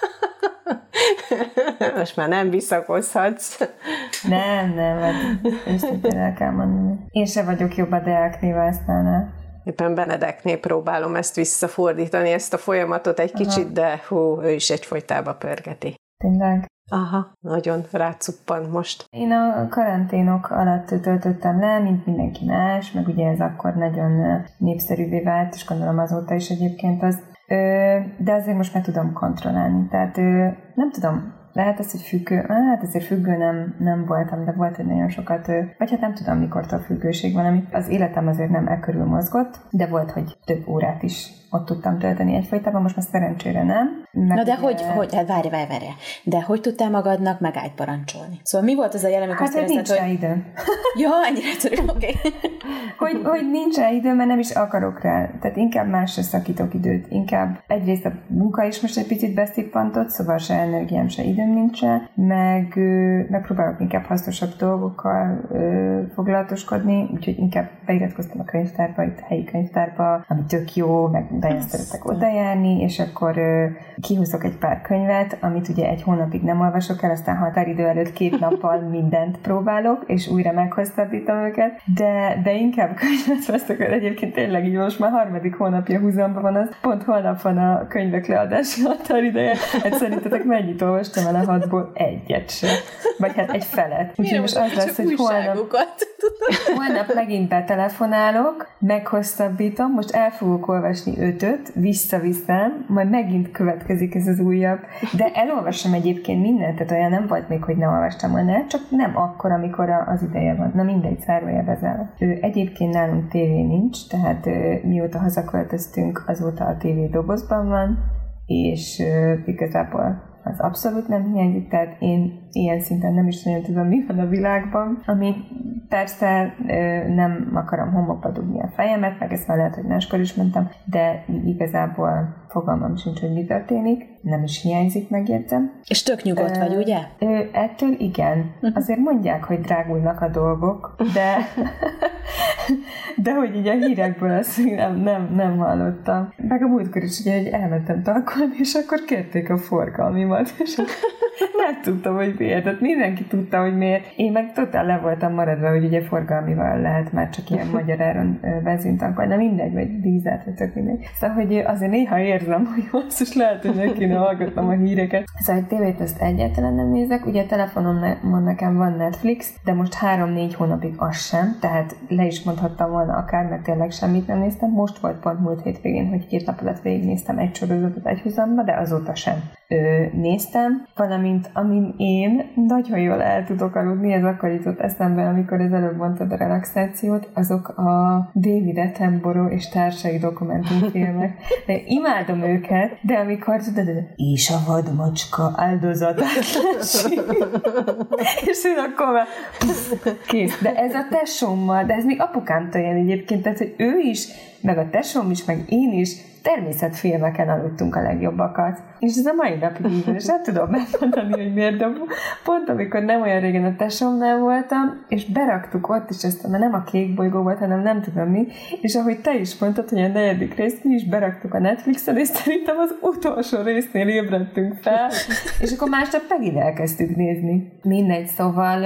Most már nem visszakozhatsz. Nem, nem, mert őszintén el kell mondani. Én se vagyok jobb a Deák Névásztánál. Éppen Benedeknél próbálom ezt visszafordítani, ezt a folyamatot egy Aha. kicsit, de hú, ő is egyfolytában pörgeti. Tényleg? Aha, nagyon rácuppan most. Én a karanténok alatt töltöttem le, mint mindenki más, meg ugye ez akkor nagyon népszerűvé vált, és gondolom azóta is egyébként az. De azért most már tudom kontrollálni. Tehát nem tudom, lehet az, hogy függő, hát azért függő nem, nem voltam, de volt, hogy nagyon sokat, vagy hát nem tudom, mikortól függőség van, amit az életem azért nem e körül mozgott, de volt, hogy több órát is ott tudtam tölteni egyfolytában, most már szerencsére nem. Na de hogy, hogy, hát várj, várj, várj, de hogy tudtál magadnak megállt parancsolni? Szóval mi volt az a jelen, amikor hát, azt hogy érezted, nincs hogy... rá időm. Ja, ennyire egyszerű, oké. Okay. hogy, hogy nincs rá időm, mert nem is akarok rá. Tehát inkább másra szakítok időt. Inkább egyrészt a munka is most egy picit beszippantott, szóval se energiám, se időm nincs rá, meg megpróbálok inkább hasznosabb dolgokkal ö, foglalatoskodni, úgyhogy inkább beiratkoztam a könyvtárba, itt a helyi könyvtárba, ami tök jó, meg de szeretek oda járni, és akkor ö, kihúzok egy pár könyvet, amit ugye egy hónapig nem olvasok el, aztán határidő előtt két nappal mindent próbálok, és újra meghosszabbítom őket, de, de inkább könyvet veszek el. Egyébként tényleg így most már harmadik hónapja húzamba van az, pont holnap van a könyvek leadási határideje. Hát szerintetek mennyit olvastam el a hatból? Egyet sem. Vagy hát egy felet. Úgyhogy most az lesz, hogy holnap, holnap megint betelefonálok, meghosszabbítom, most el fogok olvasni ötöt, visszaviszem, majd megint következik ez az újabb. De elolvasom egyébként mindent, tehát olyan nem volt még, hogy ne olvastam volna, csak nem akkor, amikor az ideje van. Na mindegy, zárójelbezel. Egyébként nálunk tévé nincs, tehát mióta hazaköltöztünk, azóta a tévé dobozban van, és igazából az abszolút nem hiányzik, tehát én ilyen szinten nem is nagyon tudom, mi van a világban, ami persze nem akarom homokba dugni a fejemet, meg ezt már lehet, hogy máskor is mondtam, de igazából fogalmam sincs, hogy mi történik, nem is hiányzik, megjegyzem. És tök nyugodt vagy, ugye? Ettől igen. Azért mondják, hogy drágulnak a dolgok, de de hogy így a hírekből ezt nem, nem, nem hallottam. Meg a múltkor is ugye, hogy elmentem talkolni, és akkor kérték a forgalmimat, és nem tudtam, hogy miért. Tehát mindenki tudta, hogy miért. Én meg totál le voltam maradva, hogy ugye forgalmival lehet már csak ilyen magyar áron benzintankolni, de mindegy, vagy dízelt, vagy tök mindegy. Szóval, hogy azért néha érzem, hogy azt is lehet, hogy meg kéne hallgatnom a híreket. Szóval, hogy tévét ezt egyáltalán nem nézek. Ugye a telefonomon nekem van Netflix, de most három-négy hónapig az sem, tehát le is mondhattam volna akár, mert tényleg semmit nem néztem. Most volt pont múlt hétvégén, hogy két nap alatt végignéztem egy sorozatot egy húzamba, de azóta sem. ö, néztem, valamint amin én nagyon jól el tudok aludni, ez akkor jutott eszembe, amikor az előbb mondtad a relaxációt, azok a David Attenborough és társai dokumentumfilmek. De imádom őket, de amikor tudod, és a vadmacska áldozatát és én akkor már kész. De ez a tesómmal, de ez még apukámtól jön egyébként, tehát, hogy ő is, meg a tesóm is, meg én is természetfilmeken aludtunk a legjobbakat. És ez a mai napig így van, és nem tudom megmondani, hogy miért, de pont amikor nem olyan régen a tesómnál voltam, és beraktuk ott, és ezt mert nem a Kék bolygó volt, hanem nem tudom mi, és ahogy te is mondtad, hogy a negyedik részt mi is beraktuk a Netflixen, és szerintem az utolsó résznél ébredtünk fel, és akkor másnap megint elkezdtük nézni. Mindegy, szóval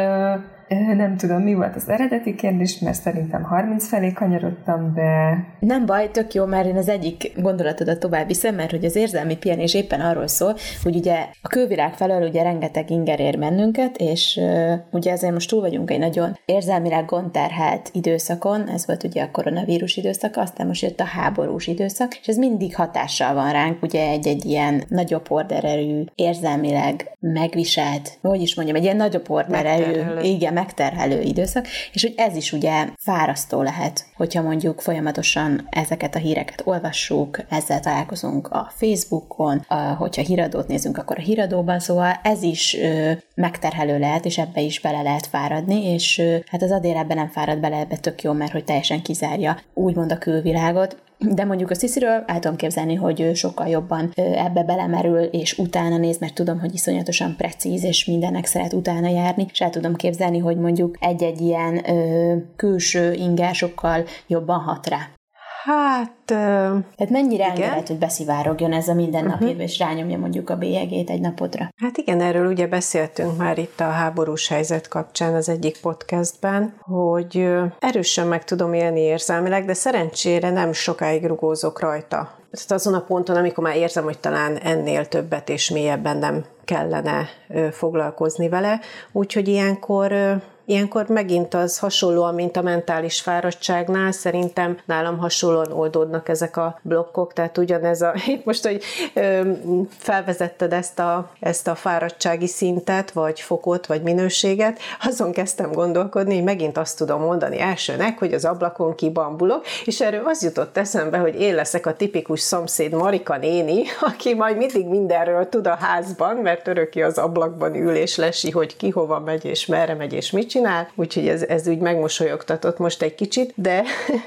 nem tudom, mi volt az eredeti kérdés, mert szerintem harminc felé kanyarodtam, de... Nem baj, tök jó, mert én az egyik gondolatodat tovább viszem, mert hogy az érzelmi pihenés éppen arról szól, hogy ugye a külvilág felől ugye rengeteg inger ér bennünket, és uh, ugye ezért most túl vagyunk egy nagyon érzelmileg gondterhelt időszakon, ez volt ugye a koronavírus időszak, aztán most jött a háborús időszak, és ez mindig hatással van ránk, ugye egy-egy ilyen nagyobb hordererő, érzelmileg megviselt, hogy is mondjam, egy ilyen nagyobb hordererő, igen, megterhelő időszak, és hogy ez is ugye fárasztó lehet, hogyha mondjuk folyamatosan ezeket a híreket olvassuk, ezzel találkozunk a Facebookon, a, hogyha híradót nézünk, akkor a híradóban, szóval ez is ö, megterhelő lehet, és ebbe is bele lehet fáradni, és ö, hát az adél ebbe nem fárad bele, ebbe tök jó, mert hogy teljesen kizárja úgymond a külvilágot. De mondjuk a Szisziről el tudom képzelni, hogy sokkal jobban ebbe belemerül, és utána néz, mert tudom, hogy iszonyatosan precíz, és mindennek szeret utána járni, és el tudom képzelni, hogy mondjuk egy-egy ilyen ö, külső inger sokkal jobban hat rá. Hát... Uh, Tehát mennyire engedett, hogy beszivárogjon ez a mindennapjában, uh-huh. és rányomja mondjuk a bélyegét egy napodra? Hát igen, erről ugye beszéltünk már itt a háborús helyzet kapcsán az egyik podcastben, hogy erősen meg tudom élni érzelmileg, de szerencsére nem sokáig rugózok rajta. Tehát azon a ponton, amikor már érzem, hogy talán ennél többet és mélyebben nem kellene foglalkozni vele, úgyhogy ilyenkor... Ilyenkor megint az hasonlóan, mint a mentális fáradtságnál, szerintem nálam hasonlóan oldódnak ezek a blokkok, tehát ugyanez a, itt most, hogy ö, felvezetted ezt a, ezt a fáradtsági szintet, vagy fokot, vagy minőséget, azon kezdtem gondolkodni, hogy megint azt tudom mondani elsőnek, hogy az ablakon kibambulok, és erről az jutott eszembe, hogy én leszek a tipikus szomszéd Marika néni, aki majd mindig mindenről tud a házban, mert öröki az ablakban ül és lesi, hogy ki hova megy, és merre megy, és mit csinál, úgyhogy ez, ez úgy megmosolyogtatott most egy kicsit, de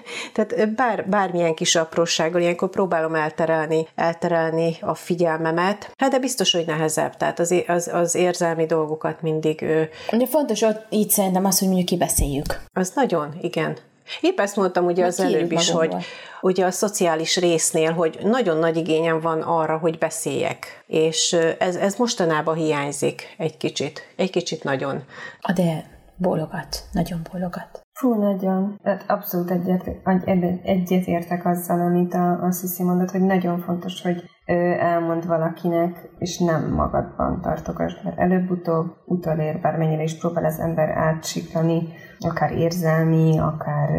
tehát bár, bármilyen kis aprósággal ilyenkor próbálom elterelni, elterelni a figyelmemet, hát de biztos, hogy nehezebb, tehát az, az, az érzelmi dolgokat mindig... Ugye fontos ott így szerintem az, hogy mondjuk kibeszéljük. Az nagyon, igen. Épp ezt mondtam ugye az előbb is, hogy ugye a szociális résznél, hogy nagyon nagy igényem van arra, hogy beszéljek, és ez, ez mostanában hiányzik egy kicsit, egy kicsit nagyon. De bólogat, nagyon bólogat. Fú, nagyon. Tehát abszolút egyet, egyet értek azzal, amit a, a Sziszi mondott, hogy nagyon fontos, hogy elmond valakinek, és nem magadban tartogass, mert előbb-utóbb utolér, bármennyire is próbál az ember átsiklani, akár érzelmi, akár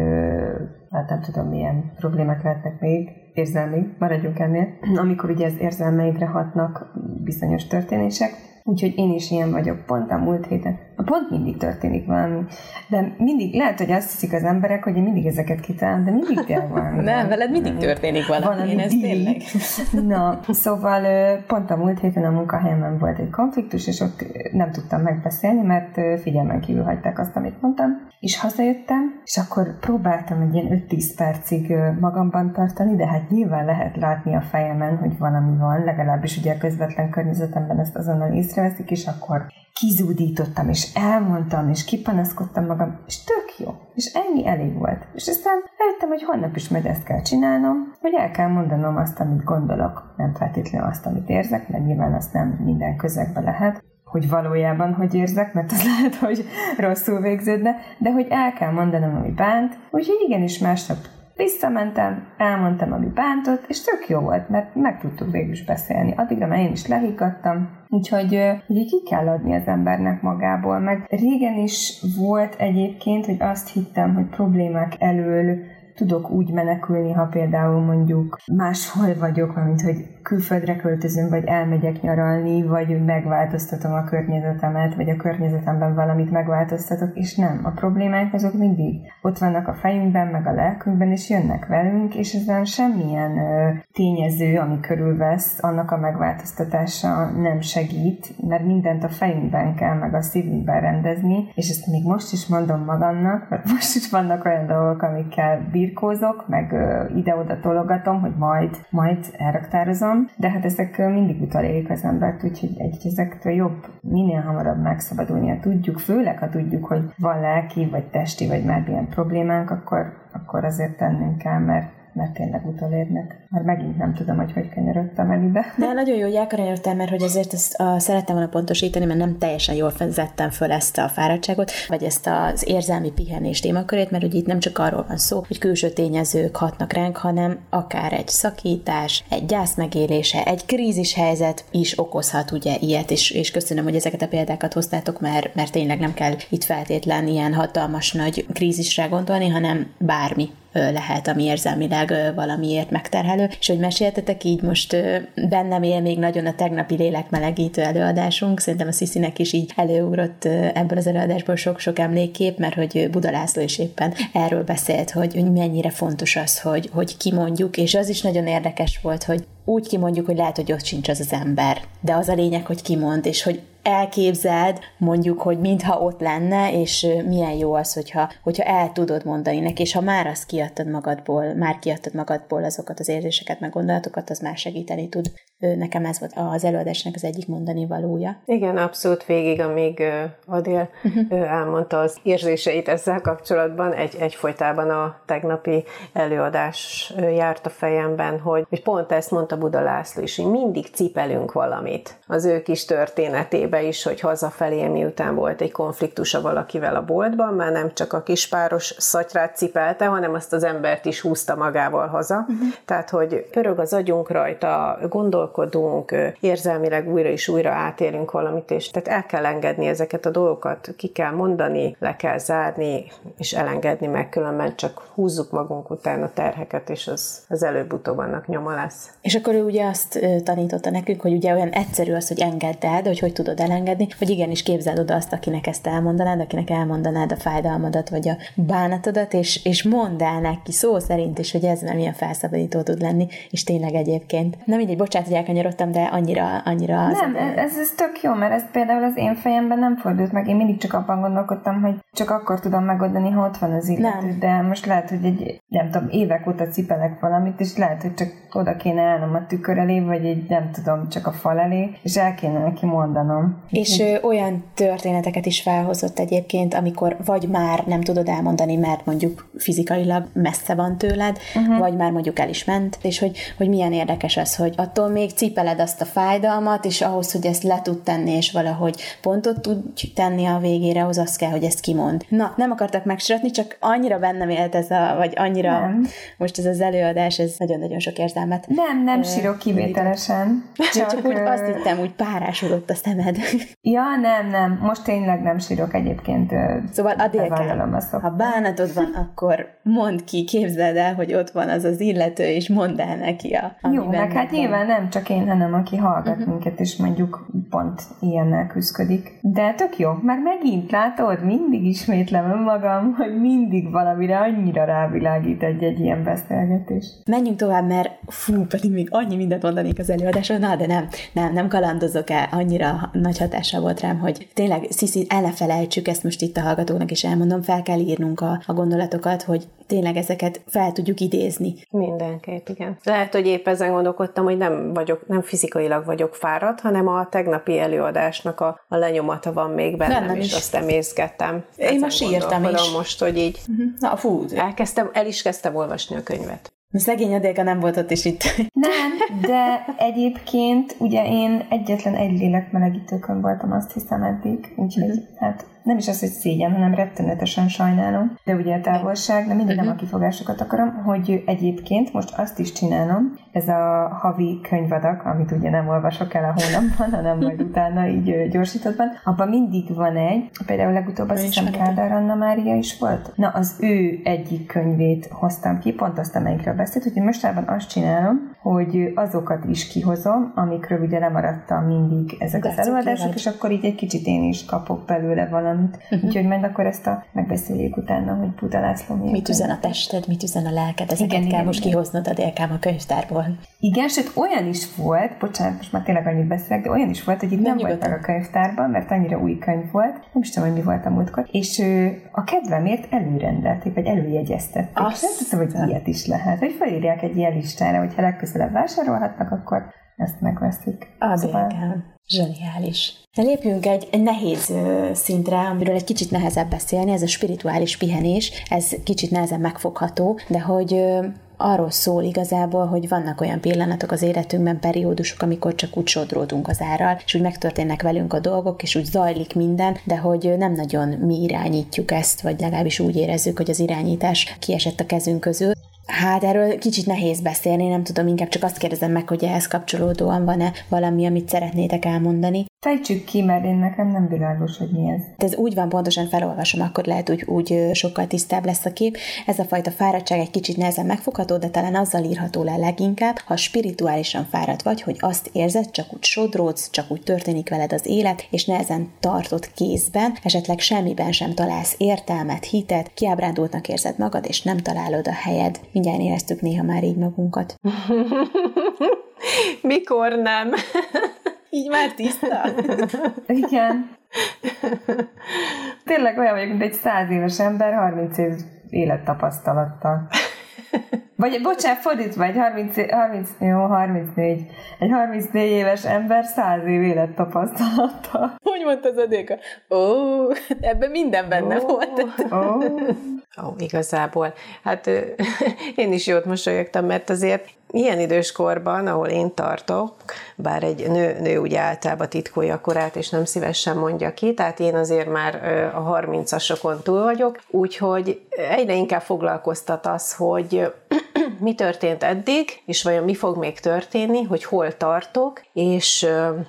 hát nem tudom, milyen problémák lehetnek még, érzelmi, maradjunk ennél, amikor ugye az érzelmeidre hatnak bizonyos történések. Úgyhogy én is ilyen vagyok, pont a múlt héten. Pont mindig történik valami. De mindig, lehet, hogy azt hiszik az emberek, hogy én mindig ezeket kitalálom, de mindig tényleg valami. Nem, veled mindig történik valami, valami én ez tényleg. Na, szóval pont a múlt héten a munkahelyemen volt egy konfliktus, és ott nem tudtam megbeszélni, mert figyelmen kívül hagyták azt, amit mondtam. És hazajöttem, és akkor próbáltam egy ilyen öt-tíz percig magamban tartani, de hát nyilván lehet látni a fejemen, hogy valami van, legalábbis ugye a közvetlen környezetemben ezt azonnal észreveszik, és akkor kizúdítottam, és elmondtam, és kipanaszkodtam magam, és tök jó. És ennyi elég volt. És aztán rájöttem, hogy holnap is majd ezt kell csinálnom, hogy el kell mondanom azt, amit gondolok, nem feltétlenül azt, amit érzek, mert nyilván azt nem minden közegben lehet, hogy valójában hogy érzek, mert az lehet, hogy rosszul végződne, de hogy el kell mondanom, ami bánt, úgyhogy igenis másnap visszamentem, elmondtam, ami bántott, és tök jó volt, mert meg tudtuk végül is beszélni. Addigra már én is lehiggadtam, úgyhogy ugye ki kell adni az embernek magából, meg régen is volt egyébként, hogy azt hittem, hogy problémák elől tudok úgy menekülni, ha például mondjuk máshol vagyok, mint hogy külföldre költözöm, vagy elmegyek nyaralni, vagy megváltoztatom a környezetemet, vagy a környezetemben valamit megváltoztatok, és nem. A problémák azok mindig ott vannak a fejünkben, meg a lelkünkben, és jönnek velünk, és ezen semmilyen ö, tényező, ami körülvesz, annak a megváltoztatása nem segít, mert mindent a fejünkben kell, meg a szívünkben rendezni, és ezt még most is mondom magamnak, mert most is vannak olyan dolgok, amikkel birkózok, meg ö, ide-oda tologatom, hogy majd, majd elraktározom, de hát ezek mindig utalélik az embert, úgyhogy egy, ezektől jobb minél hamarabb megszabadulnia tudjuk, főleg ha tudjuk, hogy van lelki, vagy testi, vagy már ilyen problémánk, akkor, akkor azért tennünk kell, mert mert tényleg utolérnek. Már megint nem tudom, hogy hogy kanyarodtam el ide. De nagyon jó, hogy elkanyarodtál, mert hogy azért ezt a, szerettem volna pontosítani, mert nem teljesen jól vezettem föl ezt a fáradtságot, vagy ezt az érzelmi pihenés témakörét, mert hogy itt nem csak arról van szó, hogy külső tényezők hatnak ránk, hanem akár egy szakítás, egy gyász megélése, egy krízis helyzet is okozhat ugye ilyet, és, és köszönöm, hogy ezeket a példákat hoztátok, mert, mert tényleg nem kell itt feltétlen ilyen hatalmas nagy krízisre gondolni, hanem bármi lehet, ami érzelmileg valamiért megterhelő, és hogy meséltetek így most bennem él még nagyon a tegnapi lélekmelegítő előadásunk, szerintem a Sziszinek is így előugrott ebből az előadásból sok-sok emlékkép, mert hogy Buda László is éppen erről beszélt, hogy, hogy mennyire fontos az, hogy, hogy kimondjuk, és az is nagyon érdekes volt, hogy úgy kimondjuk, hogy lehet, hogy ott sincs az az ember, de az a lényeg, hogy kimond, és hogy elképzeld, mondjuk, hogy mintha ott lenne, és milyen jó az, hogyha, hogyha el tudod mondani neki, és ha már azt kiadtad magadból, már kiadtad magadból azokat az érzéseket, meg gondolatokat, az már segíteni tud. Nekem ez volt az előadásnak az egyik mondani valója. Igen, abszolút végig, amíg Adél uh-huh. elmondta az érzéseit ezzel kapcsolatban, egy, egyfolytában a tegnapi előadás járt a fejemben, hogy, hogy pont ezt mondta Buda László is, hogy mindig cipelünk valamit az ő kis történetébe is, hogy hazafelé, miután volt egy konfliktusa valakivel a boltban, már nem csak a kispáros szatyrát cipelte, hanem azt az embert is húzta magával haza. Uh-huh. Tehát, hogy pörög az agyunk rajta, gondolkodunk, érzelmileg újra és újra átérünk valamit, és tehát el kell engedni ezeket a dolgokat, ki kell mondani, le kell zárni, és elengedni, meg különben csak húzzuk magunk után a terheket, és az, az előbb-utóbb annak nyoma lesz. És akkor ő ugye azt tanította nekünk, hogy ugye olyan egyszerű az, hogy engedd el, de hogy hogy tudod elengedni, hogy igenis képzeld oda azt, akinek ezt elmondanád, akinek elmondanád a fájdalmadat, vagy a bánatodat, és, és mondd el neki szó szerint is, hogy ez milyen felszabadító tud lenni, és tényleg egyébként. Nem mindegy, bocsánat, hogy elkanyarodtam, de annyira, annyira az nem, ez, ez tök jó, mert ez például az én fejemben nem fordult meg. Én mindig csak abban gondolkodtam, hogy csak akkor tudom megoldani, ha ott van az illető, nem. De most lehet, hogy egy, nem tudom, évek óta cipelek valamit, és lehet, hogy csak oda kéne állnom a tükör elé, vagy egy, nem tudom, csak a fal elé, és el kéne neki mondanom. És ö, olyan történeteket is felhozott egyébként, amikor vagy már nem tudod elmondani, mert mondjuk fizikailag messze van tőled, uh-huh. vagy már mondjuk el is ment, és hogy, hogy milyen érdekes az, hogy attól még cipeled azt a fájdalmat, és ahhoz, hogy ezt le tud tenni, és valahogy pontot tudj tenni a végére, az azt kell, hogy ezt kimond. Na, nem akartak megsratni, csak annyira bennem élt ez a, vagy annyira nem. Most ez az előadás, ez nagyon-nagyon sok érzelmet. Nem, nem sírok kivételesen. Csak, csak úgy azt hittem, úgy párásodott a szemed. Ja, nem, nem. Most tényleg nem sírok egyébként. Szóval Adélkám, ha bánatod van, akkor mondd ki, képzeld el, hogy ott van az az illető, és mondd el neki a... Jó, meg hát nyilván nem csak én, hanem aki hallgat uh-huh. minket, és mondjuk pont ilyennel küszködik. De tök jó, mert megint látod, mindig ismétlem önmagam, hogy mindig valamire annyira rávilágít egy-egy ilyen beszélgetés. Menjünk tovább, mert fú, pedig még annyi mindent mondanék az előadásról, na, de nem, nem, nem kalandozok el, annyira nagy hatása volt rám, hogy tényleg, Sziszi, el ne felejtsük, ezt most itt a hallgatóknak is elmondom, fel kell írnunk a, a gondolatokat, hogy tényleg ezeket fel tudjuk idézni. Mindenképp, igen. Lehet, hogy épp ezen gondolkodtam, hogy nem vagyok, nem fizikailag vagyok fáradt, hanem a tegnapi előadásnak a, a lenyomata van még bennem, bennem és is. Azt emészgettem. Én most írtam is. Most, hogy így Na, fú. Elkezdtem, el is kezdtem olvasni a könyvet. A szegény Adélka nem volt ott is itt. Nem, de egyébként ugye én egyetlen egy lélekmelegítőkön voltam, azt hiszem eddig, úgyhogy uh-huh. hát nem is az, hogy szégyen, hanem rettenetesen sajnálom, de ugye a távolság, de mindig nem a kifogásokat akarom, hogy egyébként most azt is csinálom, ez a havi könyvadak, amit ugye nem olvasok el a hónapban, hanem majd utána így gyorsítottban, abban mindig van egy, például legutóbb azt hiszem Kádár Anna Mária is volt. Na, az ő egyik könyvét hoztam ki, pont azt, amelyikről beszélt, hogy mostában azt csinálom, hogy azokat is kihozom, amikről ugye lemaradtam mindig ezek az előadások, és akkor így egy kicsit én is kapok belőle valamit. Uh-huh. Úgyhogy majd akkor ezt a megbeszéljük utána, hogy Buda László miért. Mit üzen a tested, mit üzen a lelked, ezeket igen, kell igen, most igen. kihoznod a délkám a könyvtárból. Igen, sőt olyan is volt, bocsánat, most már tényleg annyit beszélek, de olyan is volt, hogy itt nem, nem volt meg a könyvtárban, mert annyira új könyv volt, nem is tudom, hogy mi volt a múltkor, és ő, a kedvemért előrendelték, vagy előjegyeztették. Azt nem tudom, hogy ilyet is lehet, hogy felírják egy ilyen listára, hogyha legközelebb vásárolhatnak, akkor ezt megveszik. A szóval... Zseniális. De lépjünk egy, egy nehéz szintre, amiről egy kicsit nehezebb beszélni, ez a spirituális pihenés, ez kicsit nehezen megfogható, de hogy arról szól igazából, hogy vannak olyan pillanatok az életünkben, periódusok, amikor csak úgy sodródunk az árral, és úgy megtörténnek velünk a dolgok, és úgy zajlik minden, de hogy nem nagyon mi irányítjuk ezt, vagy legalábbis úgy érezzük, hogy az irányítás kiesett a kezünk közül. Hát erről kicsit nehéz beszélni, nem tudom, inkább csak azt kérdezem meg, hogy ehhez kapcsolódóan van-e valami, amit szeretnétek elmondani. Fejtsük ki, mert én nekem nem világos, hogy mi ez. Ez úgy van, pontosan felolvasom, akkor lehet úgy, úgy sokkal tisztább lesz a kép. Ez a fajta fáradtság egy kicsit nehezen megfogható, de talán azzal írható le leginkább, ha spirituálisan fáradt vagy, hogy azt érzed, csak úgy sodródsz, csak úgy történik veled az élet, és nehezen tartod kézben, esetleg semmiben sem találsz értelmet, hitet, kiábrándultnak érzed magad, és nem találod a helyed. Mindjárt éreztük néha már így magunkat. Mikor nem? Így már tiszta? Igen. Tényleg olyan vagyok, mint egy száz éves ember, harminc év élettapasztalattal. Vagy, bocsánat, fordítva, egy harminc, harminc, jó, harmincnégy. Egy harmincnégy éves ember száz év élettapasztalattal. Hogy mondta az Adéka? Ó, ebben minden benne oh, volt. Ó, oh. oh, igazából. Hát én is jót mosolyogtam, mert azért ilyen időskorban, ahol én tartok, bár egy nő, nő ugye általában titkolja a korát, és nem szívesen mondja ki, tehát én azért már a harmincasokon túl vagyok, úgyhogy egyre inkább foglalkoztat az, hogy mi történt eddig, és vajon mi fog még történni, hogy hol tartok, és...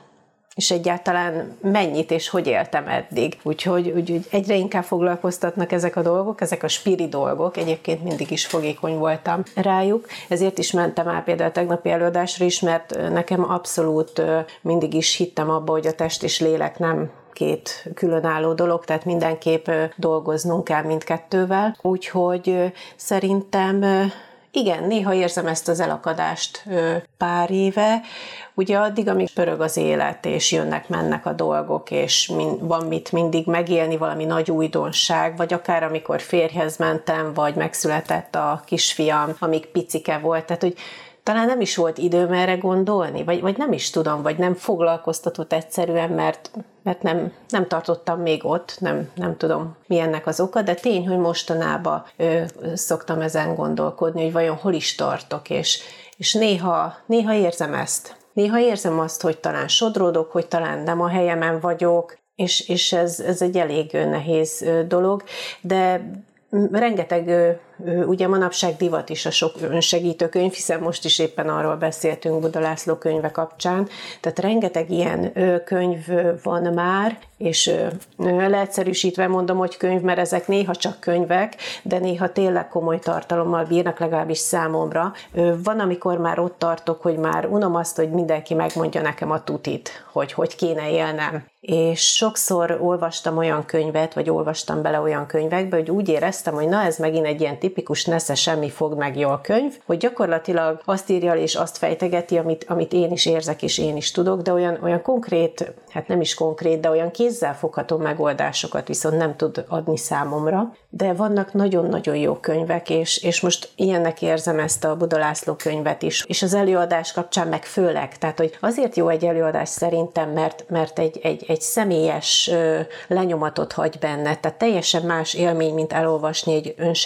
és egyáltalán mennyit és hogy éltem eddig. Úgyhogy, úgyhogy egyre inkább foglalkoztatnak ezek a dolgok, ezek a spiri dolgok, egyébként mindig is fogékony voltam rájuk, ezért is mentem el például a tegnapi előadásra is, mert nekem abszolút mindig is hittem abba, hogy a test és lélek nem két különálló dolog, tehát mindenképp dolgoznunk kell mindkettővel, úgyhogy szerintem igen, néha érzem ezt az elakadást pár éve, ugye addig, amíg pörög az élet, és jönnek-mennek a dolgok, és van mit mindig megélni, valami nagy újdonság, vagy akár amikor férjhez mentem, vagy megszületett a kisfiam, amíg picike volt, tehát hogy talán nem is volt időm erre gondolni, vagy, vagy nem is tudom, vagy nem foglalkoztatott egyszerűen, mert, mert nem, nem tartottam még ott, nem, nem tudom, mi ennek az oka, de tény, hogy mostanában ö, szoktam ezen gondolkodni, hogy vajon hol is tartok, és, és néha, néha érzem ezt. Néha érzem azt, hogy talán sodródok, hogy talán nem a helyemen vagyok, és, és ez, ez egy elég nehéz dolog, de rengeteg, ugye manapság divat is a sok önsegítő könyv, hiszen most is éppen arról beszéltünk Buda László könyve kapcsán, tehát rengeteg ilyen könyv van már, és leegyszerűsítve mondom, hogy könyv, mert ezek néha csak könyvek, de néha tényleg komoly tartalommal bírnak, legalábbis számomra. Van, amikor már ott tartok, hogy már unom azt, hogy mindenki megmondja nekem a tutit, hogy hogy kéne élnem. És sokszor olvastam olyan könyvet, vagy olvastam bele olyan könyvekbe, hogy úgy éreztem, hogy na ez megint egy ilyen tipikus nesze semmi fog meg jól könyv, hogy gyakorlatilag azt írja és azt fejtegeti, amit, amit én is érzek és én is tudok, de olyan, olyan konkrét, hát nem is konkrét, de olyan kézzelfogható megoldásokat viszont nem tud adni számomra. De vannak nagyon-nagyon jó könyvek, és, és most ilyennek érzem ezt a Buda László könyvet is, és az előadás kapcsán meg főleg, tehát hogy azért jó egy előadás szerintem, mert, mert egy, egy, egy személyes lenyomatot hagy benne, tehát teljesen más élmény, mint elolvasni egy önsegítő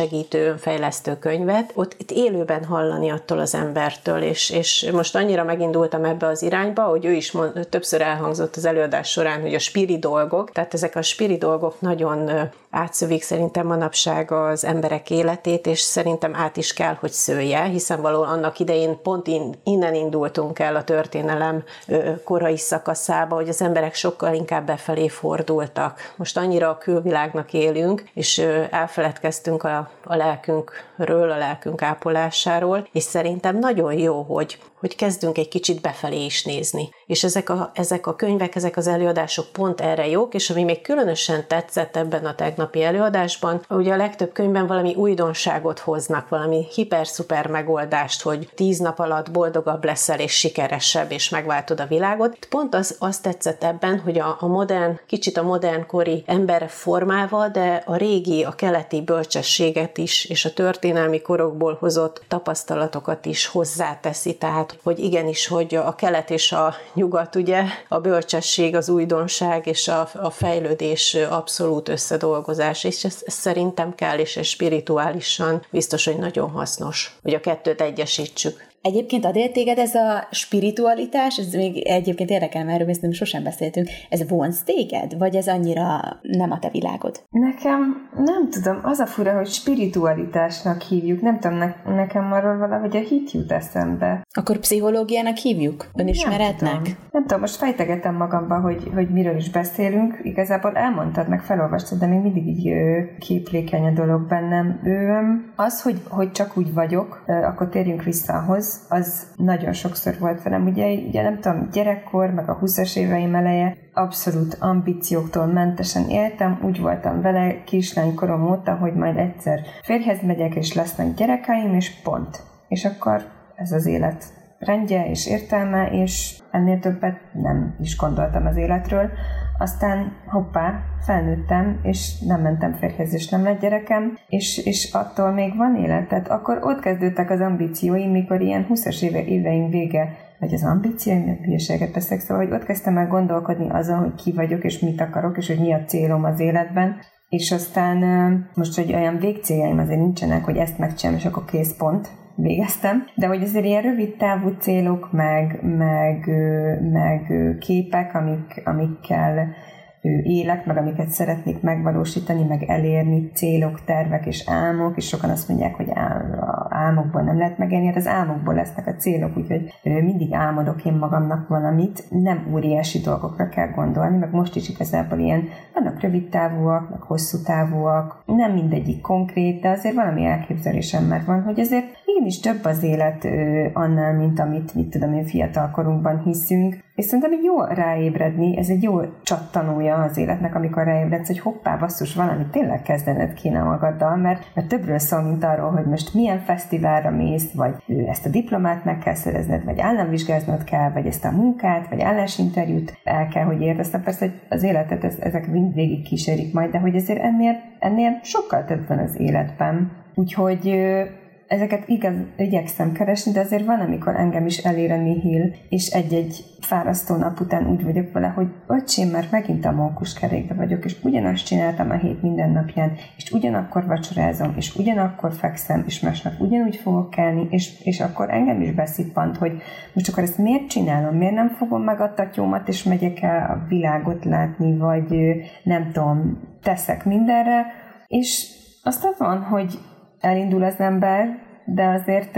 önfejlesztő könyvet, ott itt élőben hallani attól az embertől, és, és most annyira megindultam ebbe az irányba, hogy ő is mond, többször elhangzott az előadás során, hogy a spiri dolgok, tehát ezek a spiri dolgok nagyon átszövik szerintem manapság az emberek életét, és szerintem át is kell, hogy szője, hiszen valóban annak idején pont innen indultunk el a történelem korai szakaszába, hogy az emberek sokkal inkább befelé fordultak. Most annyira a külvilágnak élünk, és elfeledkeztünk a, a lelkünkről, a lelkünk ápolásáról, és szerintem nagyon jó, hogy, hogy kezdünk egy kicsit befelé is nézni. És ezek a, ezek a könyvek, ezek az előadások pont erre jók, és ami még különösen tetszett ebben a tegnapi előadásban, ugye a legtöbb könyvben valami újdonságot hoznak, valami hiper-szuper megoldást, hogy tíz nap alatt boldogabb leszel, és sikeresebb, és megváltod a világot. Pont az, az tetszett ebben, hogy a, a modern, kicsit a modernkori emberre formálva, de a régi, a keleti bölcsességet is, és a történelmi korokból hozott tapasztalatokat is hozzáteszi, tehát, hogy igenis, hogy a kelet és a nyugat, ugye, a bölcsesség, az újdonság és a, a fejlődés abszolút összedolgozás, és ez, ez szerintem kell, és ez spirituálisan biztos, hogy nagyon hasznos, hogy a kettőt egyesítsük. Egyébként ad téged ez a spiritualitás, ez még egyébként érdekel, mert erről még sosem beszéltünk, ez vonz téged, vagy ez annyira nem a te világod? Nekem, nem tudom, az a fura, hogy spiritualitásnak hívjuk, nem tudom, ne, nekem arról valahogy a hit jut eszembe. Akkor pszichológiának hívjuk? Önismeretnek? Nem tudom, nem tudom most fejtegetem magamban, hogy, hogy miről is beszélünk, igazából elmondtad, meg felolvastad, de még mindig így képlékeny a dolog bennem. Az, hogy, hogy csak úgy vagyok, akkor térjünk vissza ahhoz, az nagyon sokszor volt velem. Ugye, ugye nem tudom, gyerekkor, meg a húszas éveim eleje abszolút ambícióktól mentesen éltem, úgy voltam vele kislánykorom óta, hogy majd egyszer férjhez megyek, és lesznek gyerekeim, és pont. És akkor ez az élet rendje és értelme, és ennél többet nem is gondoltam az életről. Aztán hoppá, felnőttem, és nem mentem férjhez, és nem lett gyerekem, és, és attól még van élet. Tehát akkor ott kezdődtek az ambícióim, mikor ilyen húszas éve, éveim vége, vagy az ambícióim, hülyeséget beszek, szóval, hogy ott kezdtem el gondolkodni azon, hogy ki vagyok, és mit akarok, és hogy mi a célom az életben. És aztán most, hogy olyan végcéljaim azért nincsenek, hogy ezt megcsinálom, és akkor kész pont, végeztem, de hogy azért ilyen rövid távú célok, meg, meg, meg képek, amik, amikkel élek, meg amiket szeretnék megvalósítani, meg elérni, célok, tervek és álmok, és sokan azt mondják, hogy álmokból nem lehet megélni, hát az álmokból lesznek a célok, úgyhogy mindig álmodok én magamnak valamit, nem óriási dolgokra kell gondolni, meg most is igazából ilyen, vannak rövid távúak, meg hosszú távúak, nem mindegyik konkrét, de azért valami elképzelésem már van, hogy azért igenis több az élet annál, mint amit, mit tudom én, fiatal korunkban hiszünk, és szerintem így jó ráébredni, ez egy jó csattanója az életnek, amikor ráébredsz, hogy hoppá, basszus, valamit tényleg kezdened kéne magaddal, mert, mert többről szól, mint arról, hogy most milyen fesztiválra mész, vagy ezt a diplomát meg kell szerezned, vagy államvizsgáznod kell, vagy ezt a munkát, vagy állásinterjút el kell, hogy érd. Aztán persze az életet ez, ezek mind végig kísérik majd, de hogy azért ennél, ennél sokkal több van az életben. Úgyhogy ezeket igaz, igyekszem keresni, de azért van, amikor engem is elér a nihil, és egy-egy fárasztó nap után úgy vagyok vele, hogy öcsém, már megint a mókuskerékbe vagyok, és ugyanazt csináltam a hét minden napján, és ugyanakkor vacsorázom, és ugyanakkor fekszem, és másnap ugyanúgy fogok kelni, és, és akkor engem is beszippant, hogy most akkor ezt miért csinálom, miért nem fogom meg a tatyómat, és megyek el a világot látni, vagy nem tudom, teszek mindenre, és aztán van, hogy elindul az ember, de azért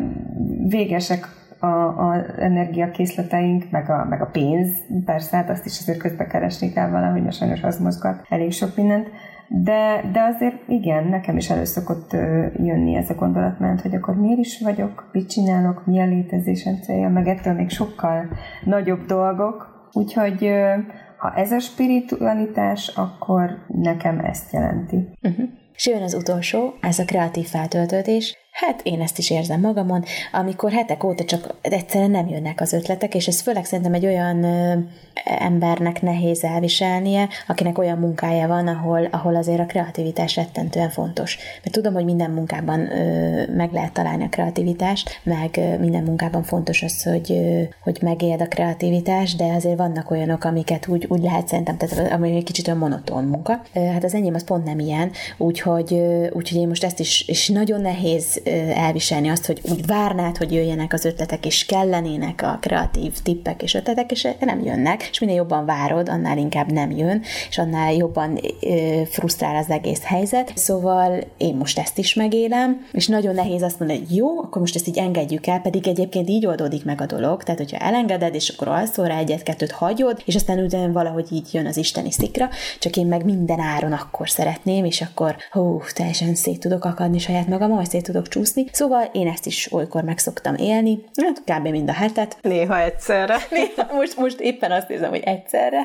végesek az energiakészleteink, meg a, meg a pénz, persze, hát azt is azért közbe keresni kell valahogy, mert sajnos az mozgat elég sok mindent, de, de azért igen, nekem is elő szokott jönni ez a gondolatmenet, hogy akkor miért is vagyok, mit csinálok, mi a létezésem célja, meg ettől még sokkal nagyobb dolgok, úgyhogy ha ez a spiritualitás, akkor nekem ezt jelenti. Uh-huh. És jön az utolsó, ez a kreatív feltöltődés. Hát én ezt is érzem magamon, amikor hetek óta csak egyszerűen nem jönnek az ötletek, és ez főleg szerintem egy olyan ö, embernek nehéz elviselnie, akinek olyan munkája van, ahol, ahol azért a kreativitás rettentően fontos. Mert tudom, hogy minden munkában ö, meg lehet találni a kreativitást, meg ö, minden munkában fontos az, hogy, ö, hogy megéld a kreativitást, de azért vannak olyanok, amiket úgy, úgy lehet szerintem, tehát ami egy kicsit olyan monoton munka. Ö, hát az enyém az pont nem ilyen, úgyhogy, ö, úgyhogy én most ezt is, és nagyon nehéz elviselni azt, hogy úgy várnád, hogy jöjjenek az ötletek, és kellenének a kreatív tippek és ötletek, és nem jönnek, és minél jobban várod, annál inkább nem jön, és annál jobban frusztrál az egész helyzet. Szóval én most ezt is megélem, és nagyon nehéz azt mondani, hogy jó, akkor most ezt így engedjük el, pedig egyébként így oldódik meg a dolog, tehát hogyha elengeded, és akkor alszol rá egyet-kettőt hagyod, és aztán utána valahogy így jön az isteni szikra, csak én meg minden áron akkor szeretném, és akkor hú, teljesen szét tudok akadni saját magam, majd szét tudok csúszni. Szóval én ezt is olykor meg szoktam élni, hát kb. Mind a hetet. Néha egyszerre. Néha, most, most éppen azt érzem, hogy egyszerre.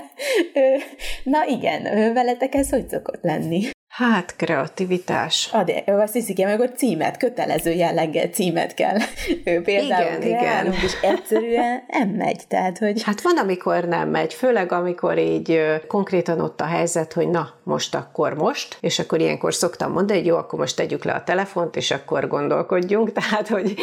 Na igen, veletek ez hogy szokott lenni? Hát, kreativitás. Adi, azt hiszik, hogy akkor címet, kötelező jelleggel címet kell például igen, igen. és egyszerűen nem megy. Tehát, hogy... Hát van, amikor nem megy, főleg amikor így konkrétan ott a helyzet, hogy na, most akkor most, és akkor ilyenkor szoktam mondani, hogy jó, akkor most tegyük le a telefont, és akkor gondolkodjunk. Tehát, hogy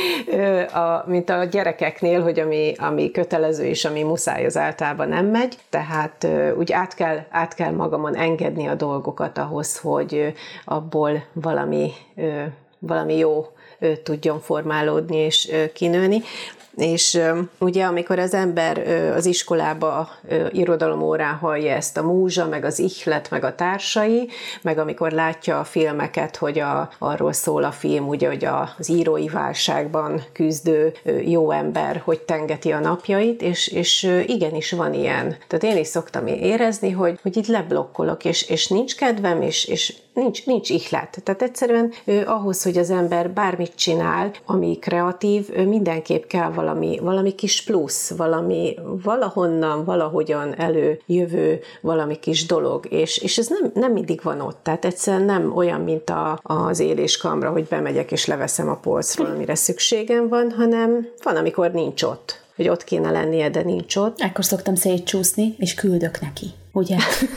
a, mint a gyerekeknél, hogy ami, ami kötelező és ami muszáj, az általában nem megy, tehát úgy át kell, át kell magamon engedni a dolgokat ahhoz, hogy hogy abból valami, valami jó tudjon formálódni és kinőni. És ugye, amikor az ember az iskolába irodalomórán hallja ezt a múzsa, meg az ihlet, meg a társai, meg amikor látja a filmeket, hogy a, arról szól a film, ugye, hogy az írói válságban küzdő jó ember, hogy tengeti a napjait, és, és igenis van ilyen. Tehát én is szoktam érezni, hogy, hogy itt leblokkolok, és, és nincs kedvem, és, és nincs, nincs ihlet. Tehát egyszerűen ahhoz, hogy az ember bármit csinál, ami kreatív, mindenképp kell valami, valami kis plusz, valami valahonnan, valahogyan előjövő valami kis dolog, és, és ez nem, nem mindig van ott. Tehát egyszerűen nem olyan, mint a, az éléskamra, hogy bemegyek és leveszem a polcról, amire szükségem van, hanem van, amikor nincs ott. Hogy ott kéne lennie, de nincs ott. Akkor szoktam szétcsúszni, és küldök neki. Ugye?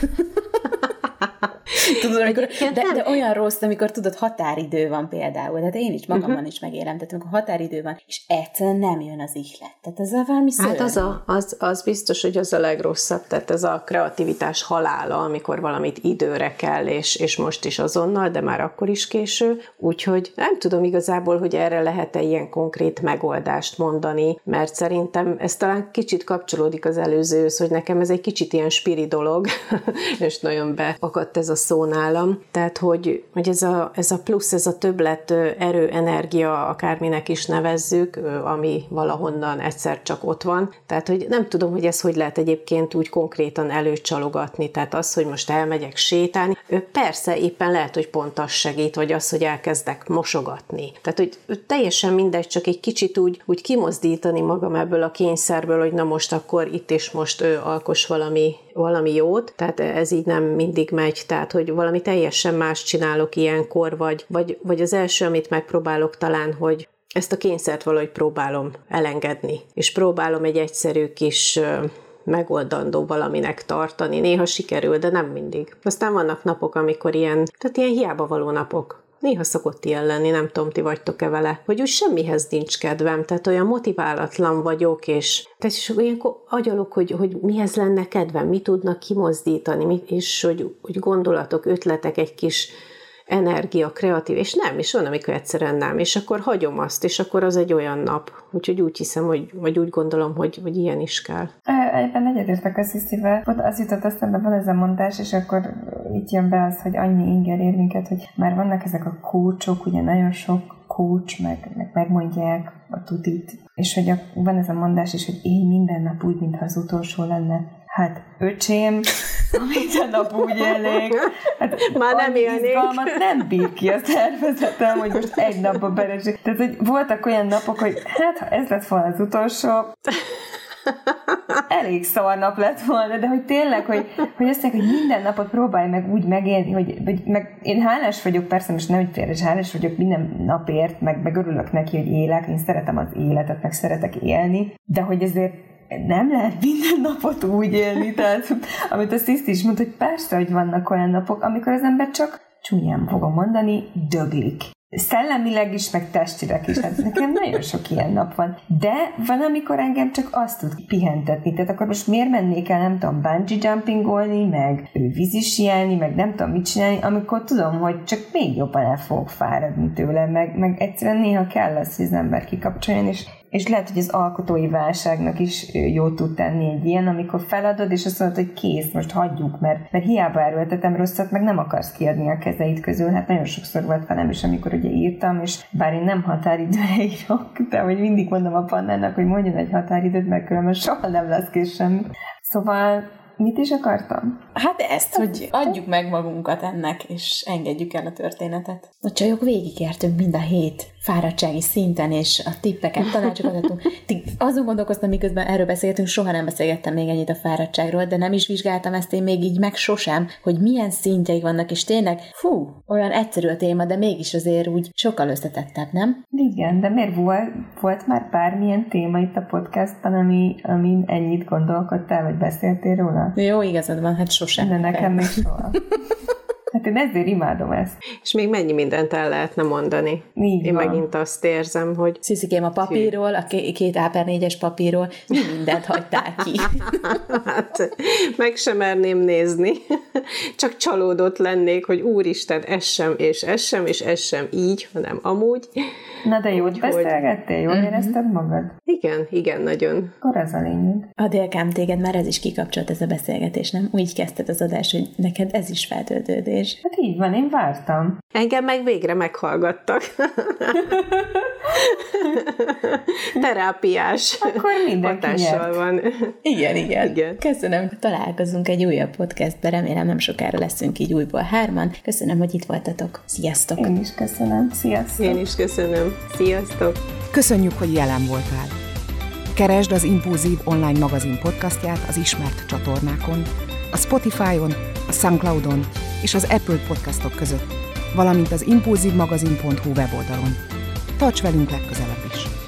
Tudod, amikor, de, de olyan rossz, amikor tudod, határidő van például, tehát én is magamban uh-huh. is megélem, tehát amikor határidő van, és egyszerűen nem jön az ihlet. Tehát ez a valami szörny. Hát az, a, az, az biztos, hogy az a legrosszabb, tehát ez a kreativitás halála, amikor valamit időre kell, és, és most is azonnal, de már akkor is késő. Úgyhogy nem tudom igazából, hogy erre lehet-e ilyen konkrét megoldást mondani, mert szerintem ez talán kicsit kapcsolódik az előzőhöz, hogy nekem ez egy kicsit ilyen spiri dolog, és nagyon beakadt ez a szó nálam. Tehát, hogy, hogy ez, a, ez a plusz, ez a többlet erő, energia, akárminek is nevezzük, ami valahonnan egyszer csak ott van. Tehát, hogy nem tudom, hogy ez hogy lehet egyébként úgy konkrétan előcsalogatni. Tehát az, hogy most elmegyek sétálni, persze éppen lehet, hogy pont az segít, vagy az, hogy elkezdek mosogatni. Tehát, hogy teljesen mindegy, csak egy kicsit úgy, úgy kimozdítani magam ebből a kényszerből, hogy na most akkor itt és most alkos valami, valami jót. Tehát ez így nem mindig megy. Tehát, hogy valami teljesen más csinálok ilyenkor, vagy, vagy, vagy az első, amit megpróbálok talán, hogy ezt a kényszert valahogy próbálom elengedni, és próbálom egy egyszerű kis megoldandó valaminek tartani. Néha sikerül, de nem mindig. Aztán vannak napok, amikor ilyen, tehát ilyen hiába való napok. Néha szokott ilyen lenni, nem tudom, ti vagytok-e vele, hogy úgy semmihez nincs kedvem, tehát olyan motiválatlan vagyok, és tehát is olyankor agyalok, hogy, hogy mihez lenne kedvem, mi tudnak kimozdítani, mi, és hogy, hogy gondolatok, ötletek, egy kis energia, kreatív, és nem, és van, amikor egyszerűen nem, és akkor hagyom azt, és akkor az egy olyan nap. Úgyhogy úgy hiszem, hogy, vagy úgy gondolom, hogy, hogy ilyen is kell. Egyben egyetértek a Sziszivel. Az jutott eszembe, van ez a mondás, és akkor itt jön be az, hogy annyi inger ér minket, hogy már vannak ezek a coachok, ugye nagyon sok coach, meg, meg megmondják a tutit, és hogy a, van ez a mondás is, hogy én minden nap úgy, mintha az utolsó lenne. Hát, öcsém, minden nap úgy élnék. Hát, már nem élnék. Nem bír ki a szervezetem, hogy most egy napba belesik. Tehát, hogy voltak olyan napok, hogy hát, ha ez lett volna az utolsó, elég szar nap lett volna, de hogy tényleg, hogy, hogy azt mondják, hogy minden napot próbálj meg úgy megélni, hogy, hogy meg én hálás vagyok, persze most nem úgy félre, és hálás vagyok minden napért, meg, meg örülök neki, hogy élek, én szeretem az életet, meg szeretek élni, de hogy ezért nem lehet minden napot úgy élni, tehát amit a Sziszti is mondta, hogy persze, hogy vannak olyan napok, amikor az ember csak csúnyán fogom mondani, döglik. Szellemileg is, meg testileg is. Hát nekem nagyon sok ilyen nap van. De van, amikor engem csak azt tud pihentetni. Tehát akkor most miért mennék el, nem tudom, bungee jumpingolni, meg vízisíelni, meg nem tudom mit csinálni, amikor tudom, hogy csak még jobban el fogok fáradni tőle, meg, meg egyszerűen néha kell az, hogy az ember kikapcsoljon, és És lehet, hogy az alkotói válságnak is jót tud tenni egy ilyen, amikor feladod, és azt mondod, hogy kész, most hagyjuk, mert, mert hiába erőltetem rosszat, meg nem akarsz kiadni a kezeid közül. Hát nagyon sokszor volt velem is, amikor ugye írtam, és bár én nem határidőre írok, de hogy mindig mondom a Pannának, hogy mondjon egy határidőt, mert különben soha nem lesz kész semmi. Szóval mit is akartam? Hát ezt, hogy adjuk meg magunkat ennek, és engedjük el a történetet. A csajok végigértünk mind a hét fáradtsági szinten, és a tippeket, tanácsokat adtunk. Azon gondolkoztam, miközben erről beszélgetünk, soha nem beszélgettem még ennyit a fáradtságról, de nem is vizsgáltam ezt én még így meg sosem, hogy milyen szintjeik vannak, és tényleg, fú, olyan egyszerű a téma, de mégis azért úgy sokkal összetettebb, nem? Igen, de miért volt, volt már bármilyen téma itt a podcastban, ami, amin ennyit gondolkodtál, vagy beszéltél róla? Jó, igazad van, hát sosem. De nekem még soha. Hát én ezért imádom ezt. És még mennyi mindent el lehetne mondani. Így én van. Megint azt érzem, hogy... Sziszikém, a papírról, a két á per négyes papírról, mi mindent hagytál ki. Hát, meg sem merném nézni. Csak csalódott lennék, hogy úristen, ez sem, és ez sem, és ez sem így, hanem amúgy. Na de jót beszélgettél? Jól uh-huh. érezted magad? Igen, igen, nagyon. Akkor ez a lényeg. Adélkám, téged már ez is kikapcsolt, ez a beszélgetés, nem? Úgy kezdted az adás, hogy neked ez is feltöltődés. Hát így van, én vártam. Engem meg végre meghallgattak. Terápiás Akkor mindenki hatással van. Igen, igen, igen. Köszönöm, találkozunk egy újabb podcastben, remélem nem sokára leszünk így újból hárman. Köszönöm, hogy itt voltatok. Sziasztok! Én is köszönöm. Sziasztok! Én is köszönöm. Sziasztok! Köszönjük, hogy jelen voltál. Keresd az Impulzív online magazin podcastját az ismert csatornákon, a Spotify-on, a SoundCloud-on és az Apple podcastok között, valamint az impulzívmagazin pont hu weboldalon. Tarts velünk legközelebb is!